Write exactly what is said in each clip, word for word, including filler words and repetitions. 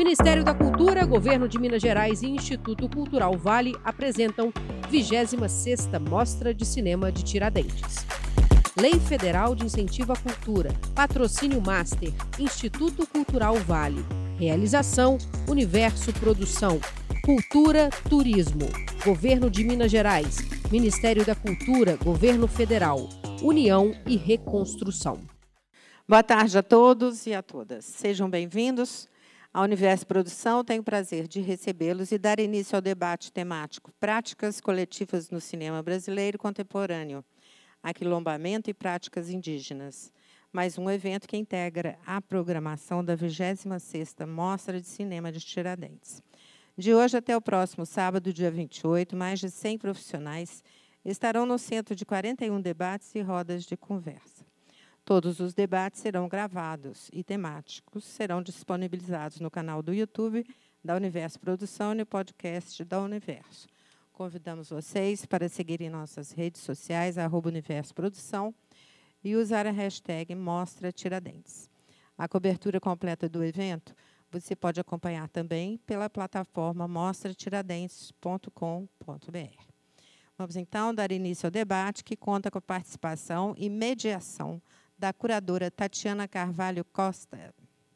Ministério da Cultura, Governo de Minas Gerais e Instituto Cultural Vale apresentam vigésima sexta Mostra de Cinema de Tiradentes. Lei Federal de Incentivo à Cultura, Patrocínio Master, Instituto Cultural Vale. Realização, Universo Produção. Cultura, Turismo. Governo de Minas Gerais, Ministério da Cultura, Governo Federal. União e Reconstrução. Boa tarde a todos e a todas. Sejam bem-vindos. A Universo Produção tem o prazer de recebê-los e dar início ao debate temático Práticas Coletivas no Cinema Brasileiro Contemporâneo, Aquilombamento e Práticas Indígenas. Mais um evento que integra a programação da vigésima sexta Mostra de Cinema de Tiradentes. De hoje até o próximo sábado, dia vinte e oito, mais de cem profissionais estarão no centro de quarenta e um debates e rodas de conversa. Todos os debates serão gravados e temáticos serão disponibilizados no canal do YouTube da Universo Produção e no podcast da Universo. Convidamos vocês para seguirem nossas redes sociais, arroba Universo Produção, e usar a hashtag Mostra Tiradentes. A cobertura completa do evento você pode acompanhar também pela plataforma mostra tiradentes ponto com ponto br. Vamos, então, dar início ao debate, que conta com a participação e mediação da curadora Tatiana Carvalho Costa.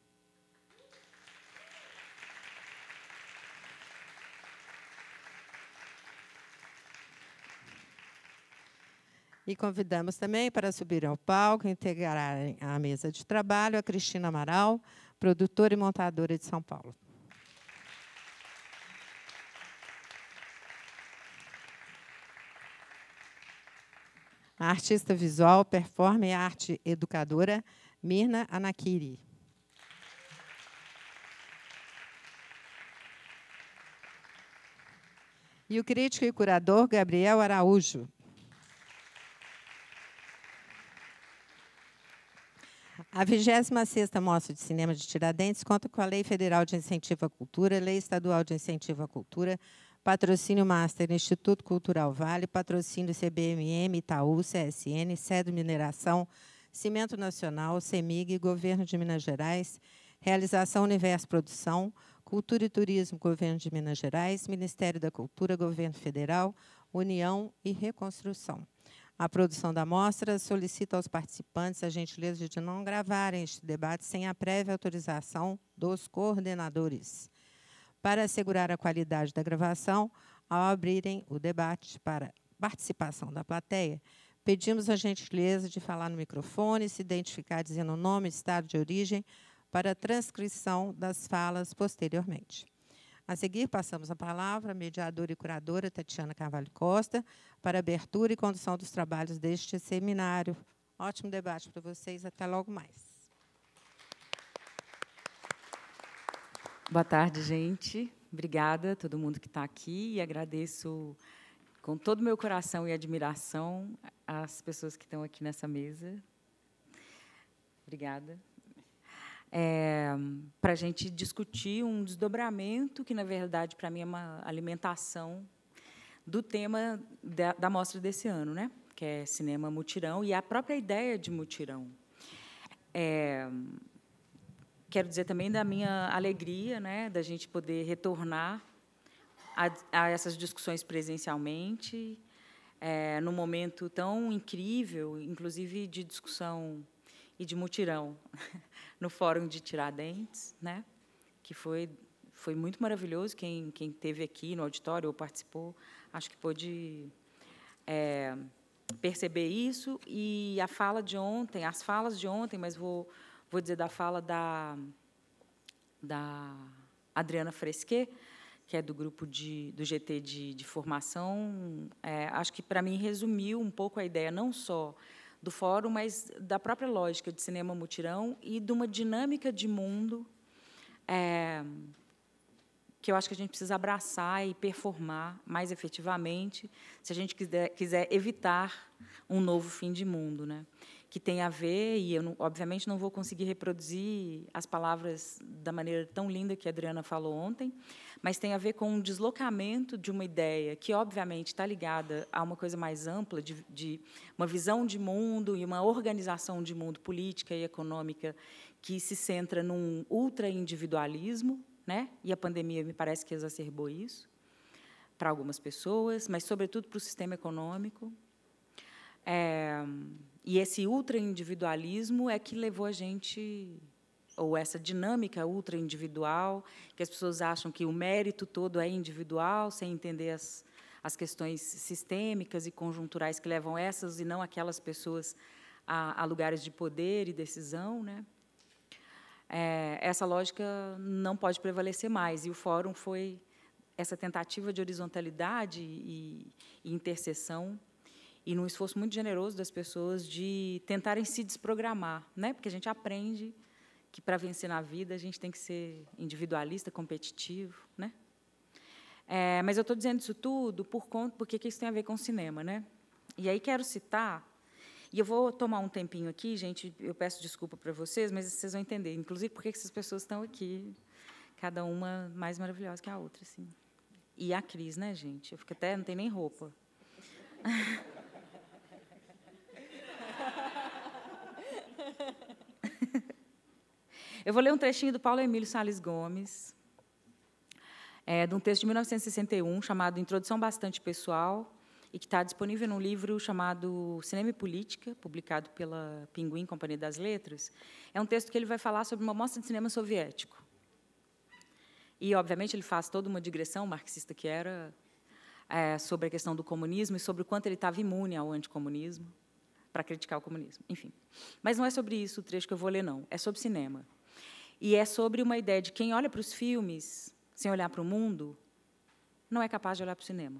E convidamos também para subir ao palco e integrarem a mesa de trabalho a Cristina Amaral, produtora e montadora de São Paulo. A artista visual, performer e arte educadora, Mirna Anakiri. E o crítico e curador, Gabriel Araújo. A vigésima sexta Mostra de Cinema de Tiradentes conta com a Lei Federal de Incentivo à Cultura, Lei Estadual de Incentivo à Cultura, Patrocínio Master Instituto Cultural Vale, Patrocínio C B M M, Itaú, C S N, Cedo Mineração, Cimento Nacional, CEMIG, Governo de Minas Gerais, Realização Universo Produção, Cultura e Turismo, Governo de Minas Gerais, Ministério da Cultura, Governo Federal, União e Reconstrução. A produção da mostra solicita aos participantes a gentileza de não gravarem este debate sem a prévia autorização dos coordenadores. Para assegurar a qualidade da gravação, ao abrirem o debate para participação da plateia, pedimos a gentileza de falar no microfone, se identificar dizendo o nome e estado de origem, para a transcrição das falas posteriormente. A seguir, passamos a palavra à mediadora e curadora Tatiana Carvalho Costa para a abertura e condução dos trabalhos deste seminário. Ótimo debate para vocês. Até logo mais. Boa tarde, gente. Obrigada a todo mundo que está aqui e agradeço com todo o meu coração e admiração as pessoas que estão aqui nessa mesa. Obrigada. É, para a gente discutir um desdobramento que, na verdade, para mim é uma alimentação do tema da, da mostra desse ano, né? Que é cinema mutirão e a própria ideia de mutirão. É, quero dizer também da minha alegria, né, da gente poder retornar a, a essas discussões presencialmente, é, num momento tão incrível, inclusive de discussão e de mutirão, no Fórum de Tiradentes, né, que foi, foi muito maravilhoso. Quem, quem esteve aqui no auditório ou participou, acho que pôde é, perceber isso. E a fala de ontem, as falas de ontem, mas vou, vou dizer da fala da, da Adriana Fresquet, que é do grupo de, do G T de, de formação, é, acho que, para mim, resumiu um pouco a ideia, não só do fórum, mas da própria lógica de cinema mutirão e de uma dinâmica de mundo é, que eu acho que a gente precisa abraçar e performar mais efetivamente se a gente quiser, quiser evitar um novo fim de mundo, né? Que tem a ver, e eu, não, obviamente, não vou conseguir reproduzir as palavras da maneira tão linda que a Adriana falou ontem, mas tem a ver com um deslocamento de uma ideia que, obviamente, está ligada a uma coisa mais ampla, de, de uma visão de mundo e uma organização de mundo política e econômica que se centra num ultra-individualismo, né? E a pandemia me parece que exacerbou isso para algumas pessoas, mas, sobretudo, para o sistema econômico. É, e esse ultra-individualismo é que levou a gente, ou essa dinâmica ultra-individual, que as pessoas acham que o mérito todo é individual, sem entender as, as questões sistêmicas e conjunturais que levam essas e não aquelas pessoas a, a lugares de poder e decisão, né? É, essa lógica não pode prevalecer mais, e o Fórum foi essa tentativa de horizontalidade e, e interseção, e num esforço muito generoso das pessoas de tentarem se desprogramar, né? Porque a gente aprende que, para vencer na vida, a gente tem que ser individualista, competitivo, né? É, mas eu estou dizendo isso tudo por conta, porque que isso tem a ver com o cinema, né? E aí quero citar, e eu vou tomar um tempinho aqui, gente, eu peço desculpa para vocês, mas vocês vão entender, inclusive, por que essas pessoas estão aqui, cada uma mais maravilhosa que a outra, assim. E a Cris, né, gente? Eu fico até, não tem nem roupa. Eu vou ler um trechinho do Paulo Emílio Salles Gomes, é, de um texto de mil novecentos e sessenta e um, chamado Introdução Bastante Pessoal, e que está disponível num livro chamado Cinema e Política, publicado pela Pinguim, Companhia das Letras. É um texto que ele vai falar sobre uma mostra de cinema soviético. E, obviamente, ele faz toda uma digressão marxista que era é, sobre a questão do comunismo e sobre o quanto ele estava imune ao anticomunismo para criticar o comunismo. Enfim. Mas não é sobre isso o trecho que eu vou ler, não. É sobre cinema. E é sobre uma ideia de quem olha para os filmes sem olhar para o mundo não é capaz de olhar para o cinema.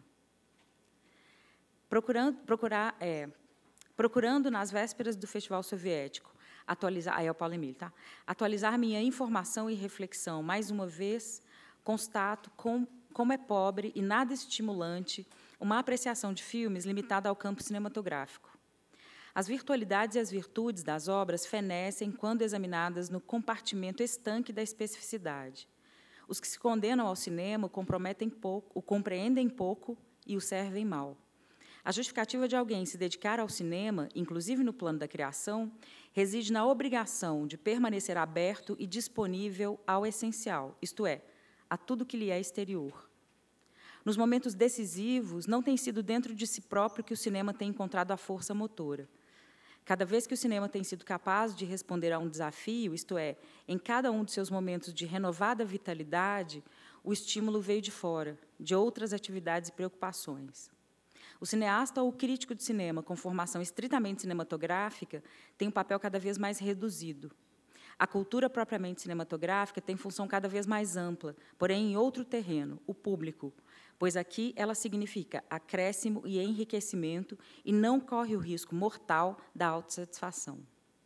Procurando, procurar, é, procurando nas vésperas do Festival Soviético, atualizar, aí é o Paulo Emílio, tá? Atualizar minha informação e reflexão, mais uma vez, constato com, como é pobre e nada estimulante uma apreciação de filmes limitada ao campo cinematográfico. As virtualidades e as virtudes das obras fenecem quando examinadas no compartimento estanque da especificidade. Os que se condenam ao cinema o comprometem pouco, o compreendem pouco e o servem mal. A justificativa de alguém se dedicar ao cinema, inclusive no plano da criação, reside na obrigação de permanecer aberto e disponível ao essencial, isto é, a tudo que lhe é exterior. Nos momentos decisivos, não tem sido dentro de si próprio que o cinema tem encontrado a força motora. Cada vez que o cinema tem sido capaz de responder a um desafio, isto é, em cada um de seus momentos de renovada vitalidade, o estímulo veio de fora, de outras atividades e preocupações. O cineasta ou o crítico de cinema, com formação estritamente cinematográfica, tem um papel cada vez mais reduzido. A cultura propriamente cinematográfica tem função cada vez mais ampla, porém em outro terreno, o público, pois aqui ela significa acréscimo e enriquecimento e não corre o risco mortal da autossatisfação.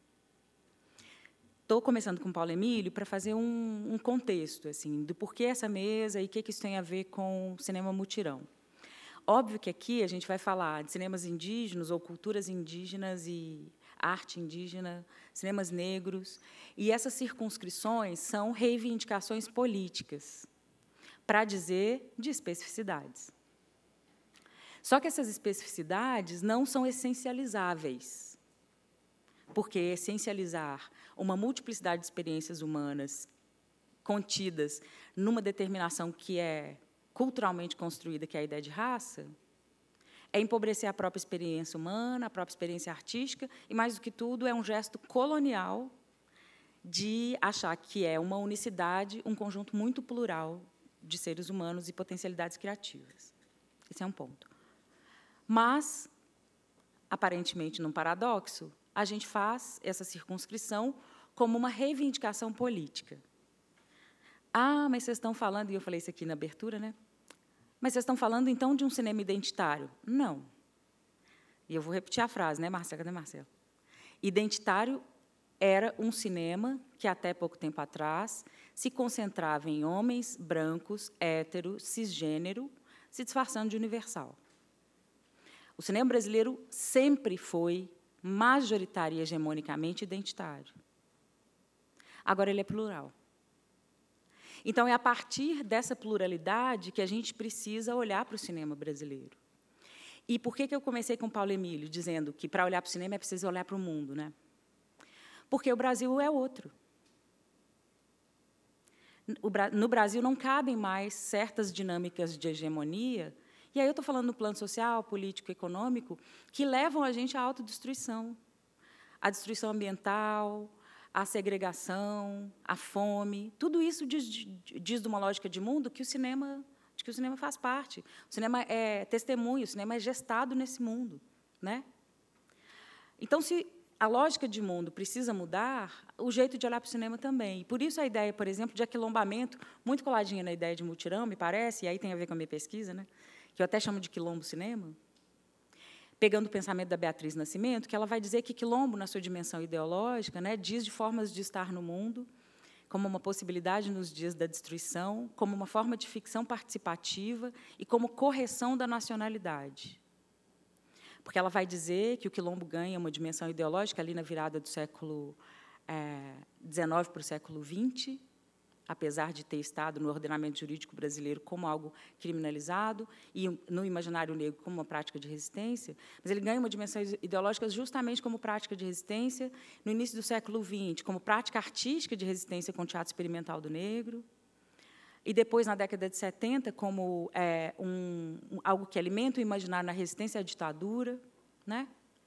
Estou começando com Paulo Emílio para fazer um, um contexto assim, do porquê essa mesa e o que, que isso tem a ver com o cinema mutirão. Óbvio que aqui a gente vai falar de cinemas indígenas ou culturas indígenas e arte indígena, cinemas negros, e essas circunscrições são reivindicações políticas, para dizer de especificidades. Só que essas especificidades não são essencializáveis, porque essencializar uma multiplicidade de experiências humanas contidas numa determinação que é culturalmente construída, que é a ideia de raça, é empobrecer a própria experiência humana, a própria experiência artística, e, mais do que tudo, é um gesto colonial de achar que é uma unicidade, um conjunto muito plural de seres humanos e potencialidades criativas. Esse é um ponto. Mas, aparentemente, num paradoxo, a gente faz essa circunscrição como uma reivindicação política. Ah, mas vocês estão falando, e eu falei isso aqui na abertura, né? Mas vocês estão falando, então, de um cinema identitário? Não. E eu vou repetir a frase, né, Marcelo? Cadê Marcelo? Identitário era um cinema que, até pouco tempo atrás, se concentrava em homens brancos, héteros, cisgênero, se disfarçando de universal. O cinema brasileiro sempre foi, majoritária e hegemonicamente, identitário. Agora, ele é plural. Então, é a partir dessa pluralidade que a gente precisa olhar para o cinema brasileiro. E por que que eu comecei com Paulo Emílio, dizendo que, para olhar para o cinema, é preciso olhar para o mundo, né? Porque o Brasil é outro. no Brasil não cabem mais certas dinâmicas de hegemonia, e aí eu estou falando no plano social, político, econômico, que levam a gente à autodestruição, à destruição ambiental, à segregação, à fome. Tudo isso diz, diz de uma lógica de mundo que o cinema, de que o cinema faz parte. O cinema é testemunho, o cinema é gestado nesse mundo, né? Então, se a lógica de mundo precisa mudar, o jeito de olhar para o cinema também. E por isso a ideia, por exemplo, de aquilombamento, muito coladinha na ideia de mutirão, me parece, e aí tem a ver com a minha pesquisa, né, que eu até chamo de quilombo cinema, pegando o pensamento da Beatriz Nascimento, que ela vai dizer que quilombo, na sua dimensão ideológica, né, diz de formas de estar no mundo, como uma possibilidade nos dias da destruição, como uma forma de ficção participativa e como correção da nacionalidade. Porque ela vai dizer que o quilombo ganha uma dimensão ideológica ali na virada do século dezenove para o século vinte, apesar de ter estado no ordenamento jurídico brasileiro como algo criminalizado e no imaginário negro como uma prática de resistência, mas ele ganha uma dimensão ideológica justamente como prática de resistência no início do século vinte, como prática artística de resistência com o teatro experimental do negro, e depois, na década de setenta, como é, um, um, algo que alimenta o imaginário na resistência à ditadura, né?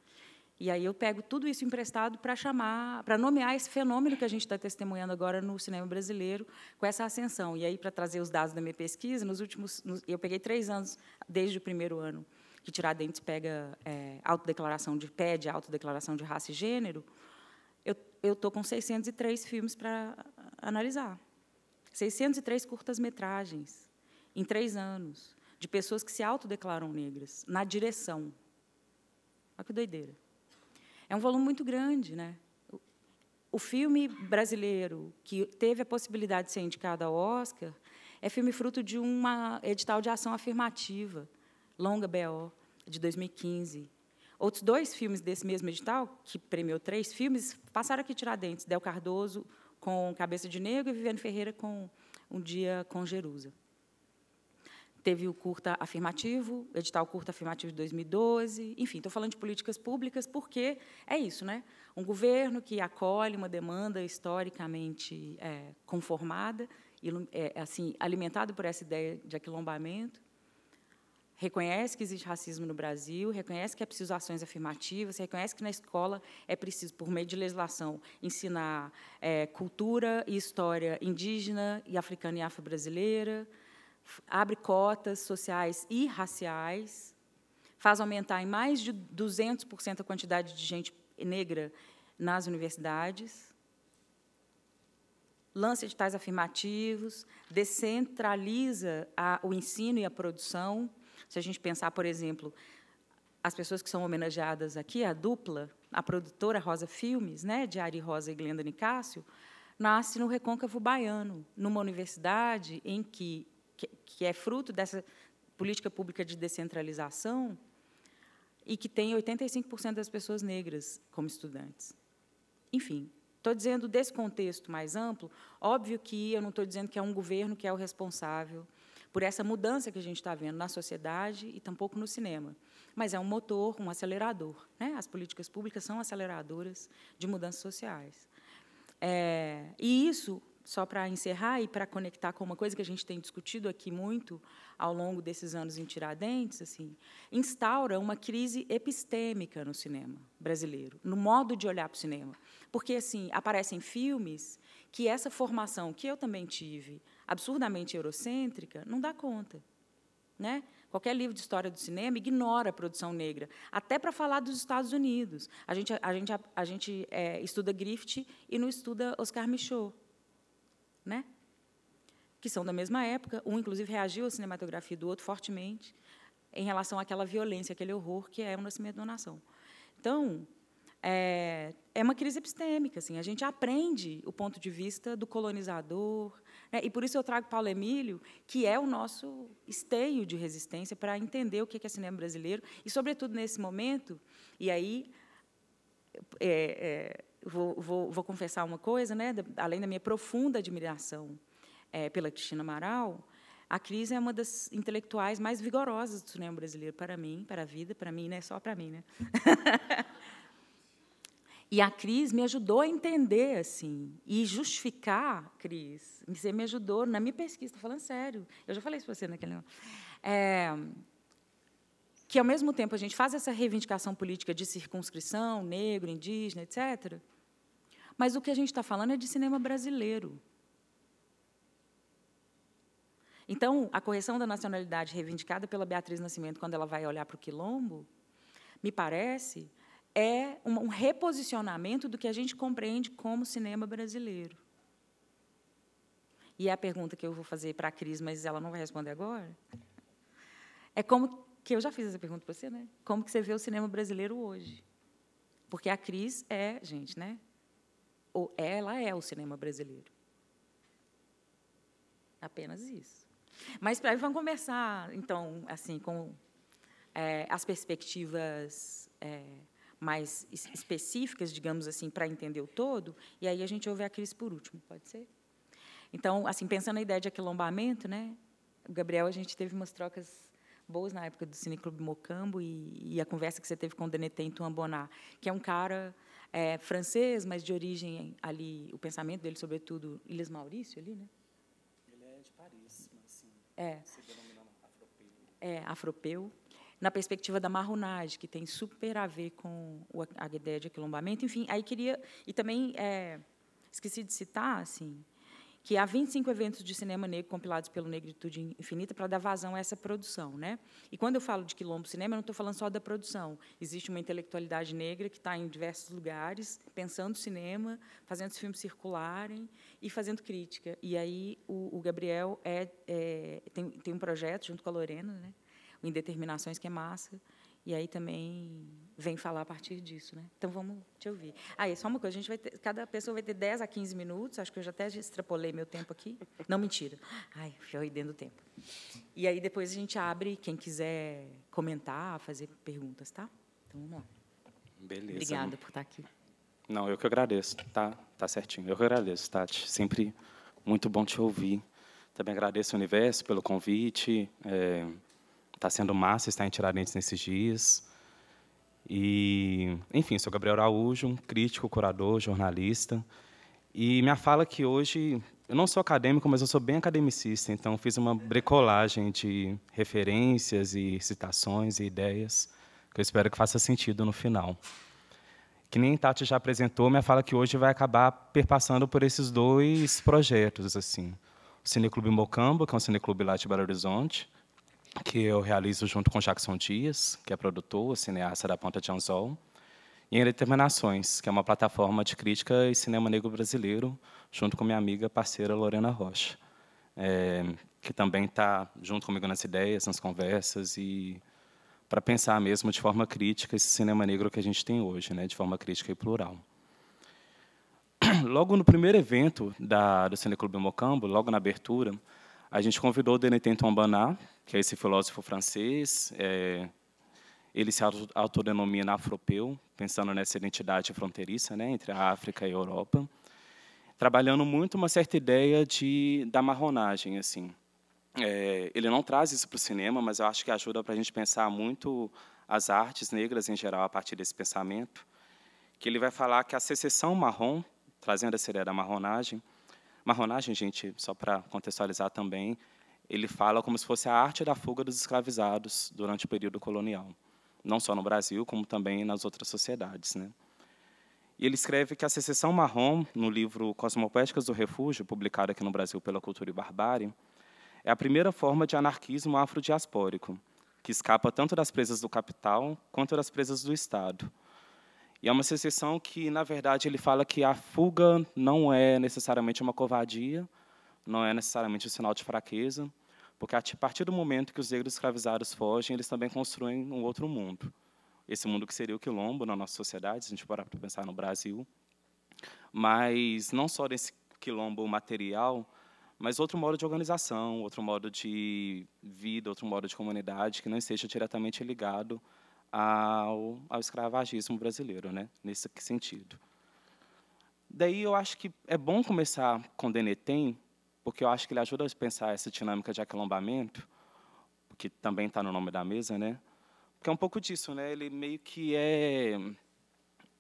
E aí eu pego tudo isso emprestado para chamar, para nomear esse fenômeno que a gente está testemunhando agora no cinema brasileiro, com essa ascensão. E aí, para trazer os dados da minha pesquisa, nos últimos, nos, eu peguei três anos, desde o primeiro ano, que Tiradentes pega é, autodeclaração de pede autodeclaração de raça e gênero, eu eu estou com seiscentos e três filmes para analisar. seiscentos e três curtas-metragens, em três anos, de pessoas que se autodeclaram negras, na direção. Olha que doideira. É um volume muito grande, né? O filme brasileiro que teve a possibilidade de ser indicado ao Oscar é filme fruto de um edital de ação afirmativa, Longa B O, de dois mil e quinze. Outros dois filmes desse mesmo edital, que premiou três filmes, passaram aqui em Tiradentes, Del Cardoso, com Cabeça de Negro, e Viviane Ferreira com Um Dia com Jerusa. Teve o curta afirmativo, edital curta afirmativo de dois mil e doze. Enfim, estou falando de políticas públicas porque é isso, né? Um governo que acolhe uma demanda historicamente é, conformada, é, assim, alimentado por essa ideia de aquilombamento, reconhece que existe racismo no Brasil, reconhece que é preciso ações afirmativas, reconhece que na escola é preciso, por meio de legislação, ensinar é, cultura e história indígena e africana e afro-brasileira, abre cotas sociais e raciais, faz aumentar em mais de duzentos por cento a quantidade de gente negra nas universidades, lança editais afirmativos, descentraliza a, o ensino e a produção. Se a gente pensar, por exemplo, as pessoas que são homenageadas aqui, a dupla, a produtora Rosa Filmes, né, de Ari Rosa e Glenda Nicásio, nasce no Recôncavo Baiano, numa universidade em que, que, que é fruto dessa política pública de descentralização e que tem oitenta e cinco por cento das pessoas negras como estudantes. Enfim, estou dizendo desse contexto mais amplo, óbvio que eu não estou dizendo que é um governo que é o responsável por essa mudança que a gente está vendo na sociedade e tampouco no cinema. Mas é um motor, um acelerador, né? As políticas públicas são aceleradoras de mudanças sociais. É, e isso, só para encerrar e para conectar com uma coisa que a gente tem discutido aqui muito ao longo desses anos em Tiradentes, assim, instaura uma crise epistêmica no cinema brasileiro, no modo de olhar para o cinema. Porque assim, aparecem filmes que essa formação, que eu também tive, absurdamente eurocêntrica, não dá conta, né? Qualquer livro de história do cinema ignora a produção negra, até para falar dos Estados Unidos. A gente, a gente, a, a gente é, estuda Griffith e não estuda Oscar Micheaux, né? Que são da mesma época. Um, inclusive, reagiu à cinematografia do outro fortemente em relação àquela violência, aquele horror que é o Nascimento da Nação. Então, é, é uma crise epistêmica. Assim, a gente aprende o ponto de vista do colonizador, né? E, por isso, eu trago Paulo Emílio, que é o nosso esteio de resistência para entender o que é cinema brasileiro, e, sobretudo, nesse momento, e aí é, é, vou, vou, vou confessar uma coisa, né? Além da minha profunda admiração é, pela Cristina Amaral, a Cris é uma das intelectuais mais vigorosas do cinema brasileiro, para mim, para a vida, para mim, não é só para mim, né? E a Cris me ajudou a entender, assim, e justificar, Cris, você me ajudou na minha pesquisa, estou falando sério, eu já falei isso para você naquele... É, que, ao mesmo tempo, a gente faz essa reivindicação política de circunscrição, negro, indígena, etcétera, mas o que a gente está falando é de cinema brasileiro. Então, a correção da nacionalidade reivindicada pela Beatriz Nascimento, quando ela vai olhar para o Quilombo, me parece, é um reposicionamento do que a gente compreende como cinema brasileiro. E é a pergunta que eu vou fazer para a Cris, mas ela não vai responder agora, é como que eu já fiz essa pergunta para você, né? Como que você vê o cinema brasileiro hoje? Porque a Cris é, gente, né? Ou ela é o cinema brasileiro. Apenas isso. Mas aí vamos conversar, então, assim, com é, as perspectivas é, mais específicas, digamos assim, para entender o todo, e aí a gente ouve a Cris por último, pode ser? Então, assim, pensando na ideia de aquilombamento, né? O Gabriel, a gente teve umas trocas boas na época do Cineclube Mocambo e, e a conversa que você teve com o Denetem Tuamboná, que é um cara é, francês, mas de origem ali, o pensamento dele, sobretudo, Ilhas Maurício, ali, né? Ele é de Paris, mas assim, é. se denomina afropeu. É, afropeu. Na perspectiva da marronagem, que tem super a ver com a ideia de aquilombamento. Enfim, aí queria... E também é, esqueci de citar, assim, que há vinte e cinco eventos de cinema negro compilados pelo Negritude Infinita para dar vazão a essa produção, né? E, quando eu falo de quilombo cinema, eu não estou falando só da produção. Existe uma intelectualidade negra que está em diversos lugares, pensando cinema, fazendo os filmes circularem e fazendo crítica. E aí o, o Gabriel é, é, tem, tem um projeto, junto com a Lorena, né? O Indeterminações, que é massa, e aí também vem falar a partir disso, né? Então, vamos te ouvir. Ah, e só uma coisa, a gente vai ter, cada pessoa vai ter dez a quinze minutos, acho que eu já até extrapolei meu tempo aqui. Não, mentira. Ai, fui dentro do tempo. E aí, depois, a gente abre, quem quiser comentar, fazer perguntas, tá? Então, vamos lá. Beleza. Obrigada por estar aqui. Não, eu que agradeço, tá, tá certinho. Eu que agradeço, Tati. Sempre muito bom te ouvir. Também agradeço ao Universo pelo convite. É, Está sendo massa estar em Tiradentes nesses dias. E, enfim, sou Gabriel Araújo, crítico, curador, jornalista. E minha fala aqui hoje, eu não sou acadêmico, mas eu sou bem academicista, então fiz uma bricolagem de referências e citações e ideias que eu espero que faça sentido no final. Que nem Tati já apresentou, minha fala aqui hoje vai acabar perpassando por esses dois projetos, assim. O Cineclube Mocambo, que é um cineclube lá de Belo Horizonte, que eu realizo junto com Jackson Dias, que é produtor, cineasta da Ponta de Anzol, e em Determinações, que é uma plataforma de crítica e cinema negro brasileiro, junto com minha amiga parceira Lorena Rocha, é, que também está junto comigo nas ideias, nas conversas, e para pensar mesmo de forma crítica esse cinema negro que a gente tem hoje, né, de forma crítica e plural. Logo no primeiro evento da, do Cineclube Mocambo, logo na abertura, a gente convidou o Denetem Tuamboná, que é esse filósofo francês. É, ele se autodenomina afropeu, pensando nessa identidade fronteiriça, né, entre a África e a Europa, trabalhando muito uma certa ideia de, da marronagem. Assim. É, ele não traz isso para o cinema, mas eu acho que ajuda para a gente pensar muito as artes negras em geral a partir desse pensamento, que ele vai falar que a secessão marrom, trazendo essa ideia da marronagem, marronagem, gente, só para contextualizar também, ele fala como se fosse a arte da fuga dos escravizados durante o período colonial, não só no Brasil, como também nas outras sociedades, né? E ele escreve que a secessão marrom, no livro Cosmopoéticas do Refúgio, publicado aqui no Brasil pela Cultura e Barbárie, é a primeira forma de anarquismo afrodiaspórico, que escapa tanto das presas do capital quanto das presas do Estado. E é uma secessão que, na verdade, ele fala que a fuga não é necessariamente uma covardia, não é necessariamente um sinal de fraqueza, porque a partir do momento que os negros escravizados fogem, eles também constroem um outro mundo. Esse mundo que seria o quilombo na nossa sociedade, se a gente parar para pensar no Brasil, mas não só desse quilombo material, mas outro modo de organização, outro modo de vida, outro modo de comunidade que não esteja diretamente ligado Ao, ao escravagismo brasileiro, né, nesse sentido. Daí eu acho que é bom começar com Denetem, porque eu acho que ele ajuda a pensar essa dinâmica de aquilombamento, que também está no nome da mesa, né, porque é um pouco disso, né, ele meio que é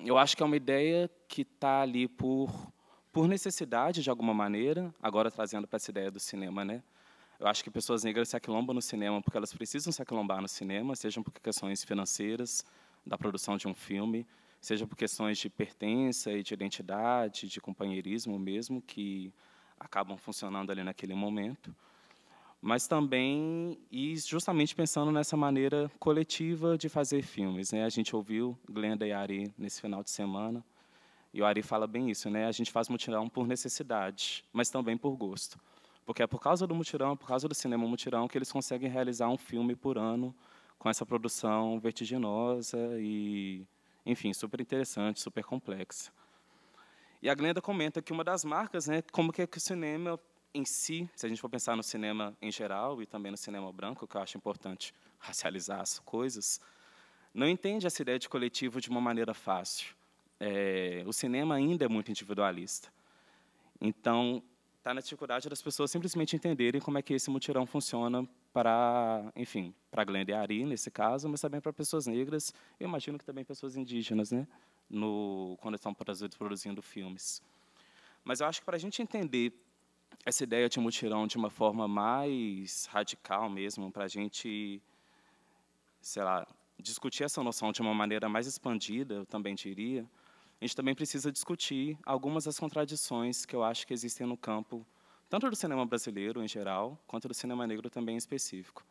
eu acho que é uma ideia que está ali por, por necessidade, de alguma maneira, agora trazendo para essa ideia do cinema, né? Eu acho que pessoas negras se aquilombam no cinema porque elas precisam se aquilombar no cinema, sejam por questões financeiras, da produção de um filme, seja por questões de pertença e de identidade, de companheirismo mesmo, que acabam funcionando ali naquele momento. Mas também, e justamente pensando nessa maneira coletiva de fazer filmes, né? A gente ouviu Glenda e Ari nesse final de semana, e o Ari fala bem isso, né? A gente faz mutirão por necessidade, mas também por gosto. Porque é por causa do mutirão, por causa do cinema mutirão, que eles conseguem realizar um filme por ano com essa produção vertiginosa e, enfim, super interessante, super complexa. E a Glenda comenta que uma das marcas, né, como que, é que o cinema em si, se a gente for pensar no cinema em geral e também no cinema branco, que eu acho importante racializar as coisas, não entende essa ideia de coletivo de uma maneira fácil. É, o cinema ainda é muito individualista. Então, está na dificuldade das pessoas simplesmente entenderem como é que esse mutirão funciona para, enfim, para Glenda e Ari, nesse caso, mas também para pessoas negras, eu imagino que também pessoas indígenas, né, no, quando estão produzindo filmes. Mas eu acho que para a gente entender essa ideia de mutirão de uma forma mais radical mesmo, para a gente, sei lá, discutir essa noção de uma maneira mais expandida, eu também diria, a gente também precisa discutir algumas das contradições que eu acho que existem no campo, tanto do cinema brasileiro em geral, quanto do cinema negro também em específico.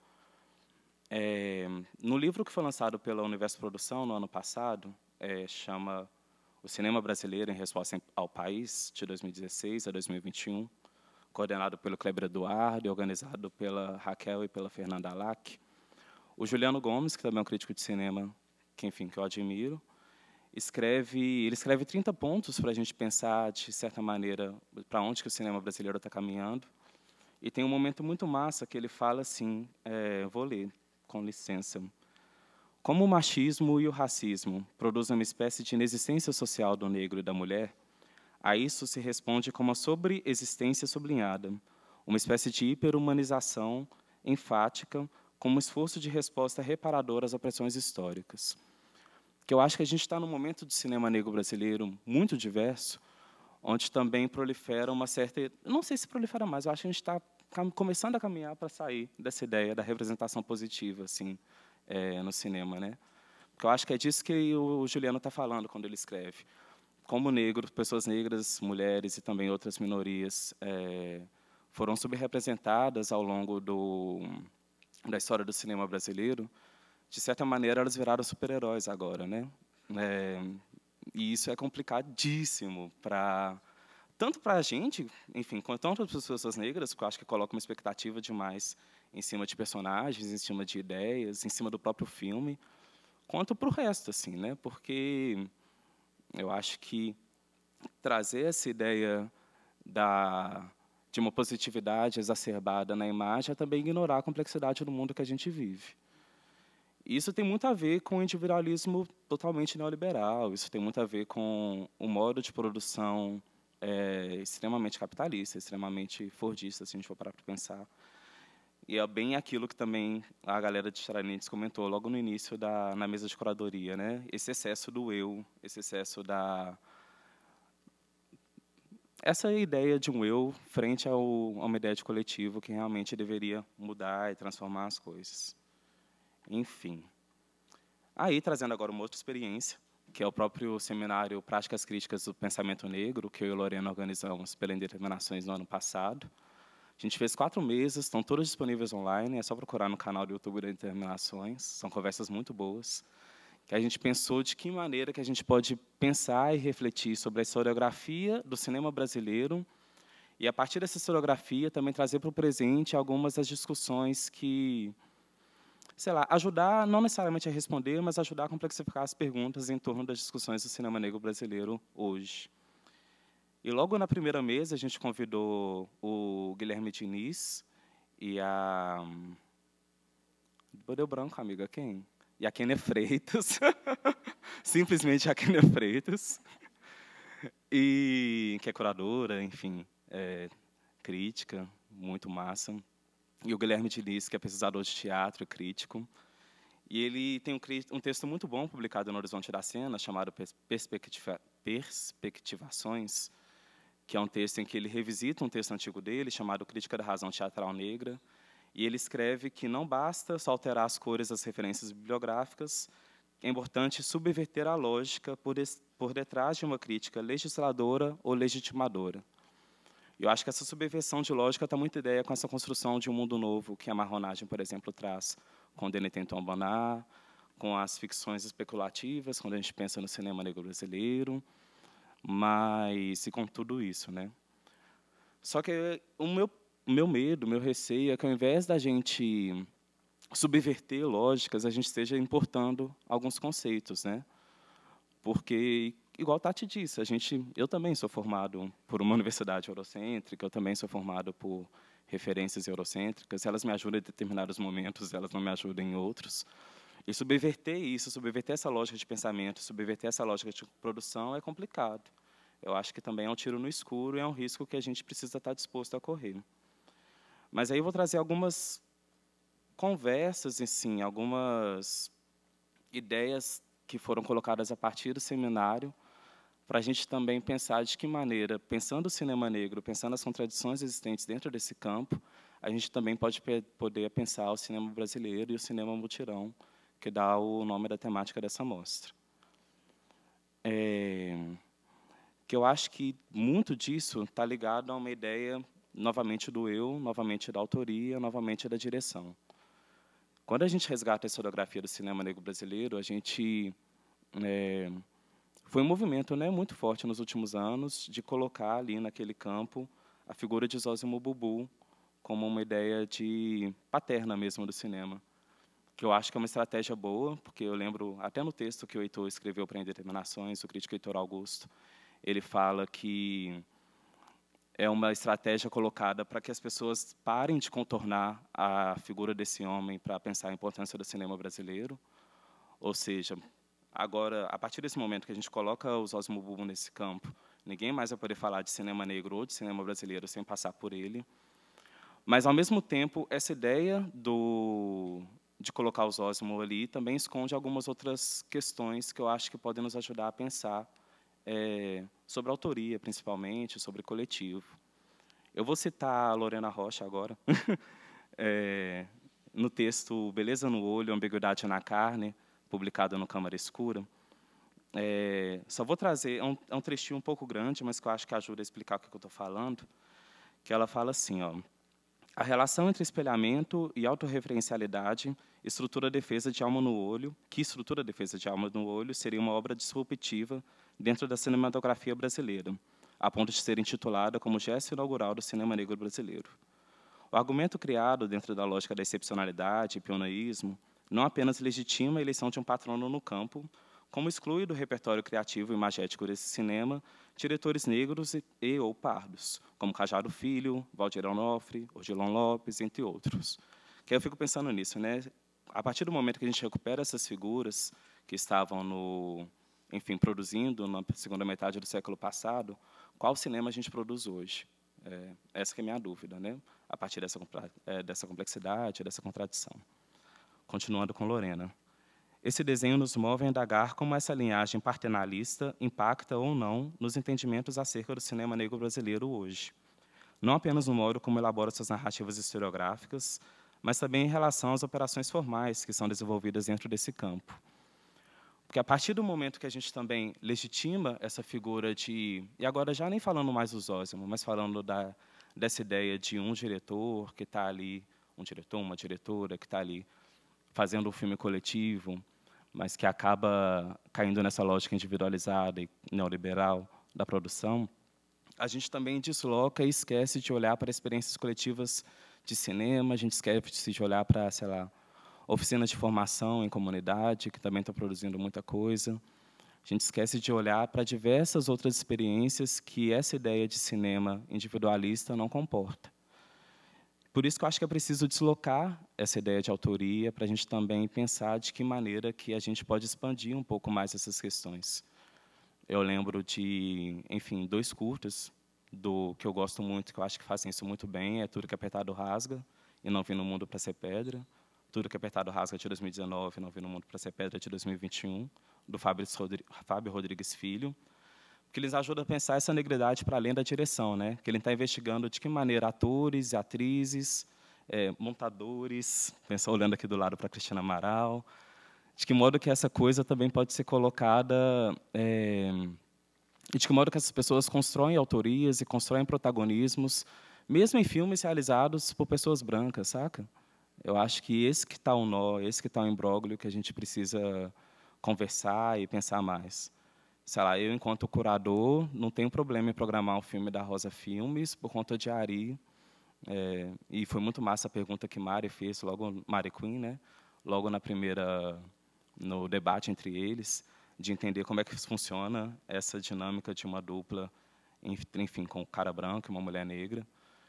É, no livro que foi lançado pela Universo Produção no ano passado, é, chama O Cinema Brasileiro em Resposta ao País, de dois mil e dezesseis a dois mil e vinte e um, coordenado pelo Kleber Eduardo e organizado pela Raquel e pela Fernanda Alac. O Juliano Gomes, que também é um crítico de cinema, que, enfim, que eu admiro, escreve, ele escreve trinta pontos para a gente pensar, de certa maneira, para onde que o cinema brasileiro está caminhando. E tem um momento muito massa que ele fala assim, é, vou ler, com licença. Como o machismo e o racismo produzem uma espécie de inexistência social do negro e da mulher, a isso se responde com uma sobreexistência sublinhada, uma espécie de hiperhumanização enfática, como um esforço de resposta reparadora às opressões históricas. Que eu acho que a gente está num momento do cinema negro brasileiro muito diverso, onde também prolifera uma certa... Não sei se prolifera mais, eu acho que a gente está começando a caminhar para sair dessa ideia da representação positiva assim, é, no cinema, né? Porque eu acho que é disso que o Juliano está falando quando ele escreve. Como negros, pessoas negras, mulheres e também outras minorias é, foram subrepresentadas ao longo do, da história do cinema brasileiro, de certa maneira, elas viraram super-heróis agora, né? É, e isso é complicadíssimo para tanto para a gente, enfim, quanto para as pessoas negras, porque eu acho que coloca uma expectativa demais em cima de personagens, em cima de ideias, em cima do próprio filme, quanto para o resto, assim, né? Porque eu acho que trazer essa ideia da de uma positividade exacerbada na imagem é também ignorar a complexidade do mundo que a gente vive. Isso tem muito a ver com o individualismo totalmente neoliberal, isso tem muito a ver com o modo de produção é, extremamente capitalista, extremamente fordista, se a gente for parar para pensar. E é bem aquilo que também a galera de Tiradentes comentou logo no início, da, na mesa de curadoria, né? Esse excesso do eu, esse excesso da... Essa ideia de um eu frente ao, a uma ideia de coletivo que realmente deveria mudar e transformar as coisas. Enfim. Aí, trazendo agora uma outra experiência, que é o próprio seminário Práticas Críticas do Pensamento Negro, que eu e a Lorena organizamos pela Indeterminações no ano passado. A gente fez quatro mesas, estão todas disponíveis online, é só procurar no canal do YouTube da Indeterminações, são conversas muito boas, que a gente pensou de que maneira que a gente pode pensar e refletir sobre a historiografia do cinema brasileiro e, a partir dessa historiografia, também trazer para o presente algumas das discussões que... sei lá, ajudar, não necessariamente a responder, mas ajudar a complexificar as perguntas em torno das discussões do cinema negro brasileiro hoje. E logo na primeira mesa a gente convidou o Guilherme Diniz e a... Deu branco, amiga, quem? E a Kênia Freitas, simplesmente a Kênia Freitas, e, que é curadora, enfim, é, crítica, muito massa. E o Guilherme Diniz, que é pesquisador de teatro, crítico. E ele tem um, um texto muito bom publicado no Horizonte da Cena, chamado Perspectiva, Perspectivações, que é um texto em que ele revisita um texto antigo dele, chamado Crítica da Razão Teatral Negra, e ele escreve que não basta só alterar as cores das referências bibliográficas, é importante subverter a lógica por, por detrás de uma crítica legisladora ou legitimadora. Eu acho que essa subversão de lógica está muito ideia com essa construção de um mundo novo que a marronagem, por exemplo, traz com Denetém Tombaná, com as ficções especulativas, quando a gente pensa no cinema negro brasileiro, mas e com tudo isso, né? Só que o meu, o meu medo, o meu receio é que, ao invés da gente subverter lógicas, a gente esteja importando alguns conceitos, né? Porque, igual a Tati disse, a gente, eu também sou formado por uma universidade eurocêntrica, eu também sou formado por referências eurocêntricas, elas me ajudam em determinados momentos, elas não me ajudam em outros. E subverter isso, subverter essa lógica de pensamento, subverter essa lógica de produção é complicado. Eu acho que também é um tiro no escuro e é um risco que a gente precisa estar disposto a correr. Mas aí eu vou trazer algumas conversas, assim, algumas ideias que foram colocadas a partir do seminário, para a gente também pensar de que maneira, pensando o cinema negro, pensando as contradições existentes dentro desse campo, a gente também pode poder pensar o cinema brasileiro e o cinema mutirão, que dá o nome da temática dessa mostra. É, que eu acho que muito disso está ligado a uma ideia, novamente, do eu, novamente da autoria, novamente da direção. Quando a gente resgata a historiografia do cinema negro brasileiro, a gente é, foi um movimento, né, muito forte nos últimos anos de colocar ali naquele campo a figura de Zósimo Bubu como uma ideia de paterna mesmo do cinema, que eu acho que é uma estratégia boa, porque eu lembro até no texto que o Heitor escreveu para Indeterminações, o crítico Heitor Augusto, ele fala que é uma estratégia colocada para que as pessoas parem de contornar a figura desse homem para pensar a importância do cinema brasileiro. Ou seja, agora, a partir desse momento que a gente coloca o Zósimo Bubu nesse campo, ninguém mais vai poder falar de cinema negro ou de cinema brasileiro sem passar por ele. Mas, ao mesmo tempo, essa ideia do, de colocar o Zósimo ali também esconde algumas outras questões que eu acho que podem nos ajudar a pensar É, sobre autoria, principalmente, sobre coletivo. Eu vou citar a Lorena Rocha agora, é, no texto Beleza no Olho, Ambiguidade na Carne, publicado no Câmara Escura. É, só vou trazer, é um, é um trechinho um pouco grande, mas que eu acho que ajuda a explicar o que eu estou falando, que ela fala assim, ó, a relação entre espelhamento e autorreferencialidade estrutura a defesa de alma no olho, que estrutura a defesa de alma no olho seria uma obra disruptiva dentro da cinematografia brasileira, a ponto de ser intitulada como gesto inaugural do cinema negro brasileiro. O argumento criado dentro da lógica da excepcionalidade e pioneirismo não apenas legitima a eleição de um patrono no campo, como exclui do repertório criativo e imagético desse cinema diretores negros e, e ou pardos, como Cajado Filho, Valdir Onofre, Odilon Lopes, entre outros. Que eu fico pensando nisso, né? A partir do momento que a gente recupera essas figuras que estavam no, enfim, produzindo na segunda metade do século passado, qual cinema a gente produz hoje? É, essa que é a minha dúvida, né? A partir dessa, é, dessa complexidade, dessa contradição. Continuando com Lorena. Esse desenho nos move a indagar como essa linhagem partenalista impacta ou não nos entendimentos acerca do cinema negro brasileiro hoje. Não apenas no modo como elabora suas narrativas historiográficas, mas também em relação às operações formais que são desenvolvidas dentro desse campo. Porque, a partir do momento que a gente também legitima essa figura de... E agora, já nem falando mais do Zósimo, mas falando da, dessa ideia de um diretor que está ali, um diretor, uma diretora que está ali fazendo um filme coletivo, mas que acaba caindo nessa lógica individualizada e neoliberal da produção, a gente também desloca e esquece de olhar para experiências coletivas de cinema, a gente esquece de olhar para, sei lá, oficinas de formação em comunidade, que também estão produzindo muita coisa. A gente esquece de olhar para diversas outras experiências que essa ideia de cinema individualista não comporta. Por isso que eu acho que é preciso deslocar essa ideia de autoria para a gente também pensar de que maneira que a gente pode expandir um pouco mais essas questões. Eu lembro de, enfim, dois curtas do que eu gosto muito, que eu acho que fazem isso muito bem, é Tudo que Apertado Rasga e Não Vim no Mundo para Ser Pedra, Tudo que Apertado Rasga, de dois mil e dezenove, Não Vi no Mundo para Ser Pedra, de dois mil e vinte e um, do Fábio Rodrigues Filho, que eles ajudam a pensar essa negridade para além da direção, né? Que ele está investigando de que maneira atores e atrizes, é, montadores, pensa, olhando aqui do lado para a Cristina Amaral, de que modo que essa coisa também pode ser colocada, é, e de que modo que essas pessoas constroem autorias e constroem protagonismos, mesmo em filmes realizados por pessoas brancas, saca? Eu acho que esse que está o nó, esse que está o imbróglio que a gente precisa conversar e pensar mais. Sei lá, eu, enquanto curador, não tenho problema em programar um filme da Rosa Filmes por conta de Ari. É, e foi muito massa a pergunta que Mari fez, logo Mari Queen, né? Logo na primeira, no debate entre eles, de entender como é que funciona essa dinâmica de uma dupla, enfim, com um cara branco e uma mulher negra.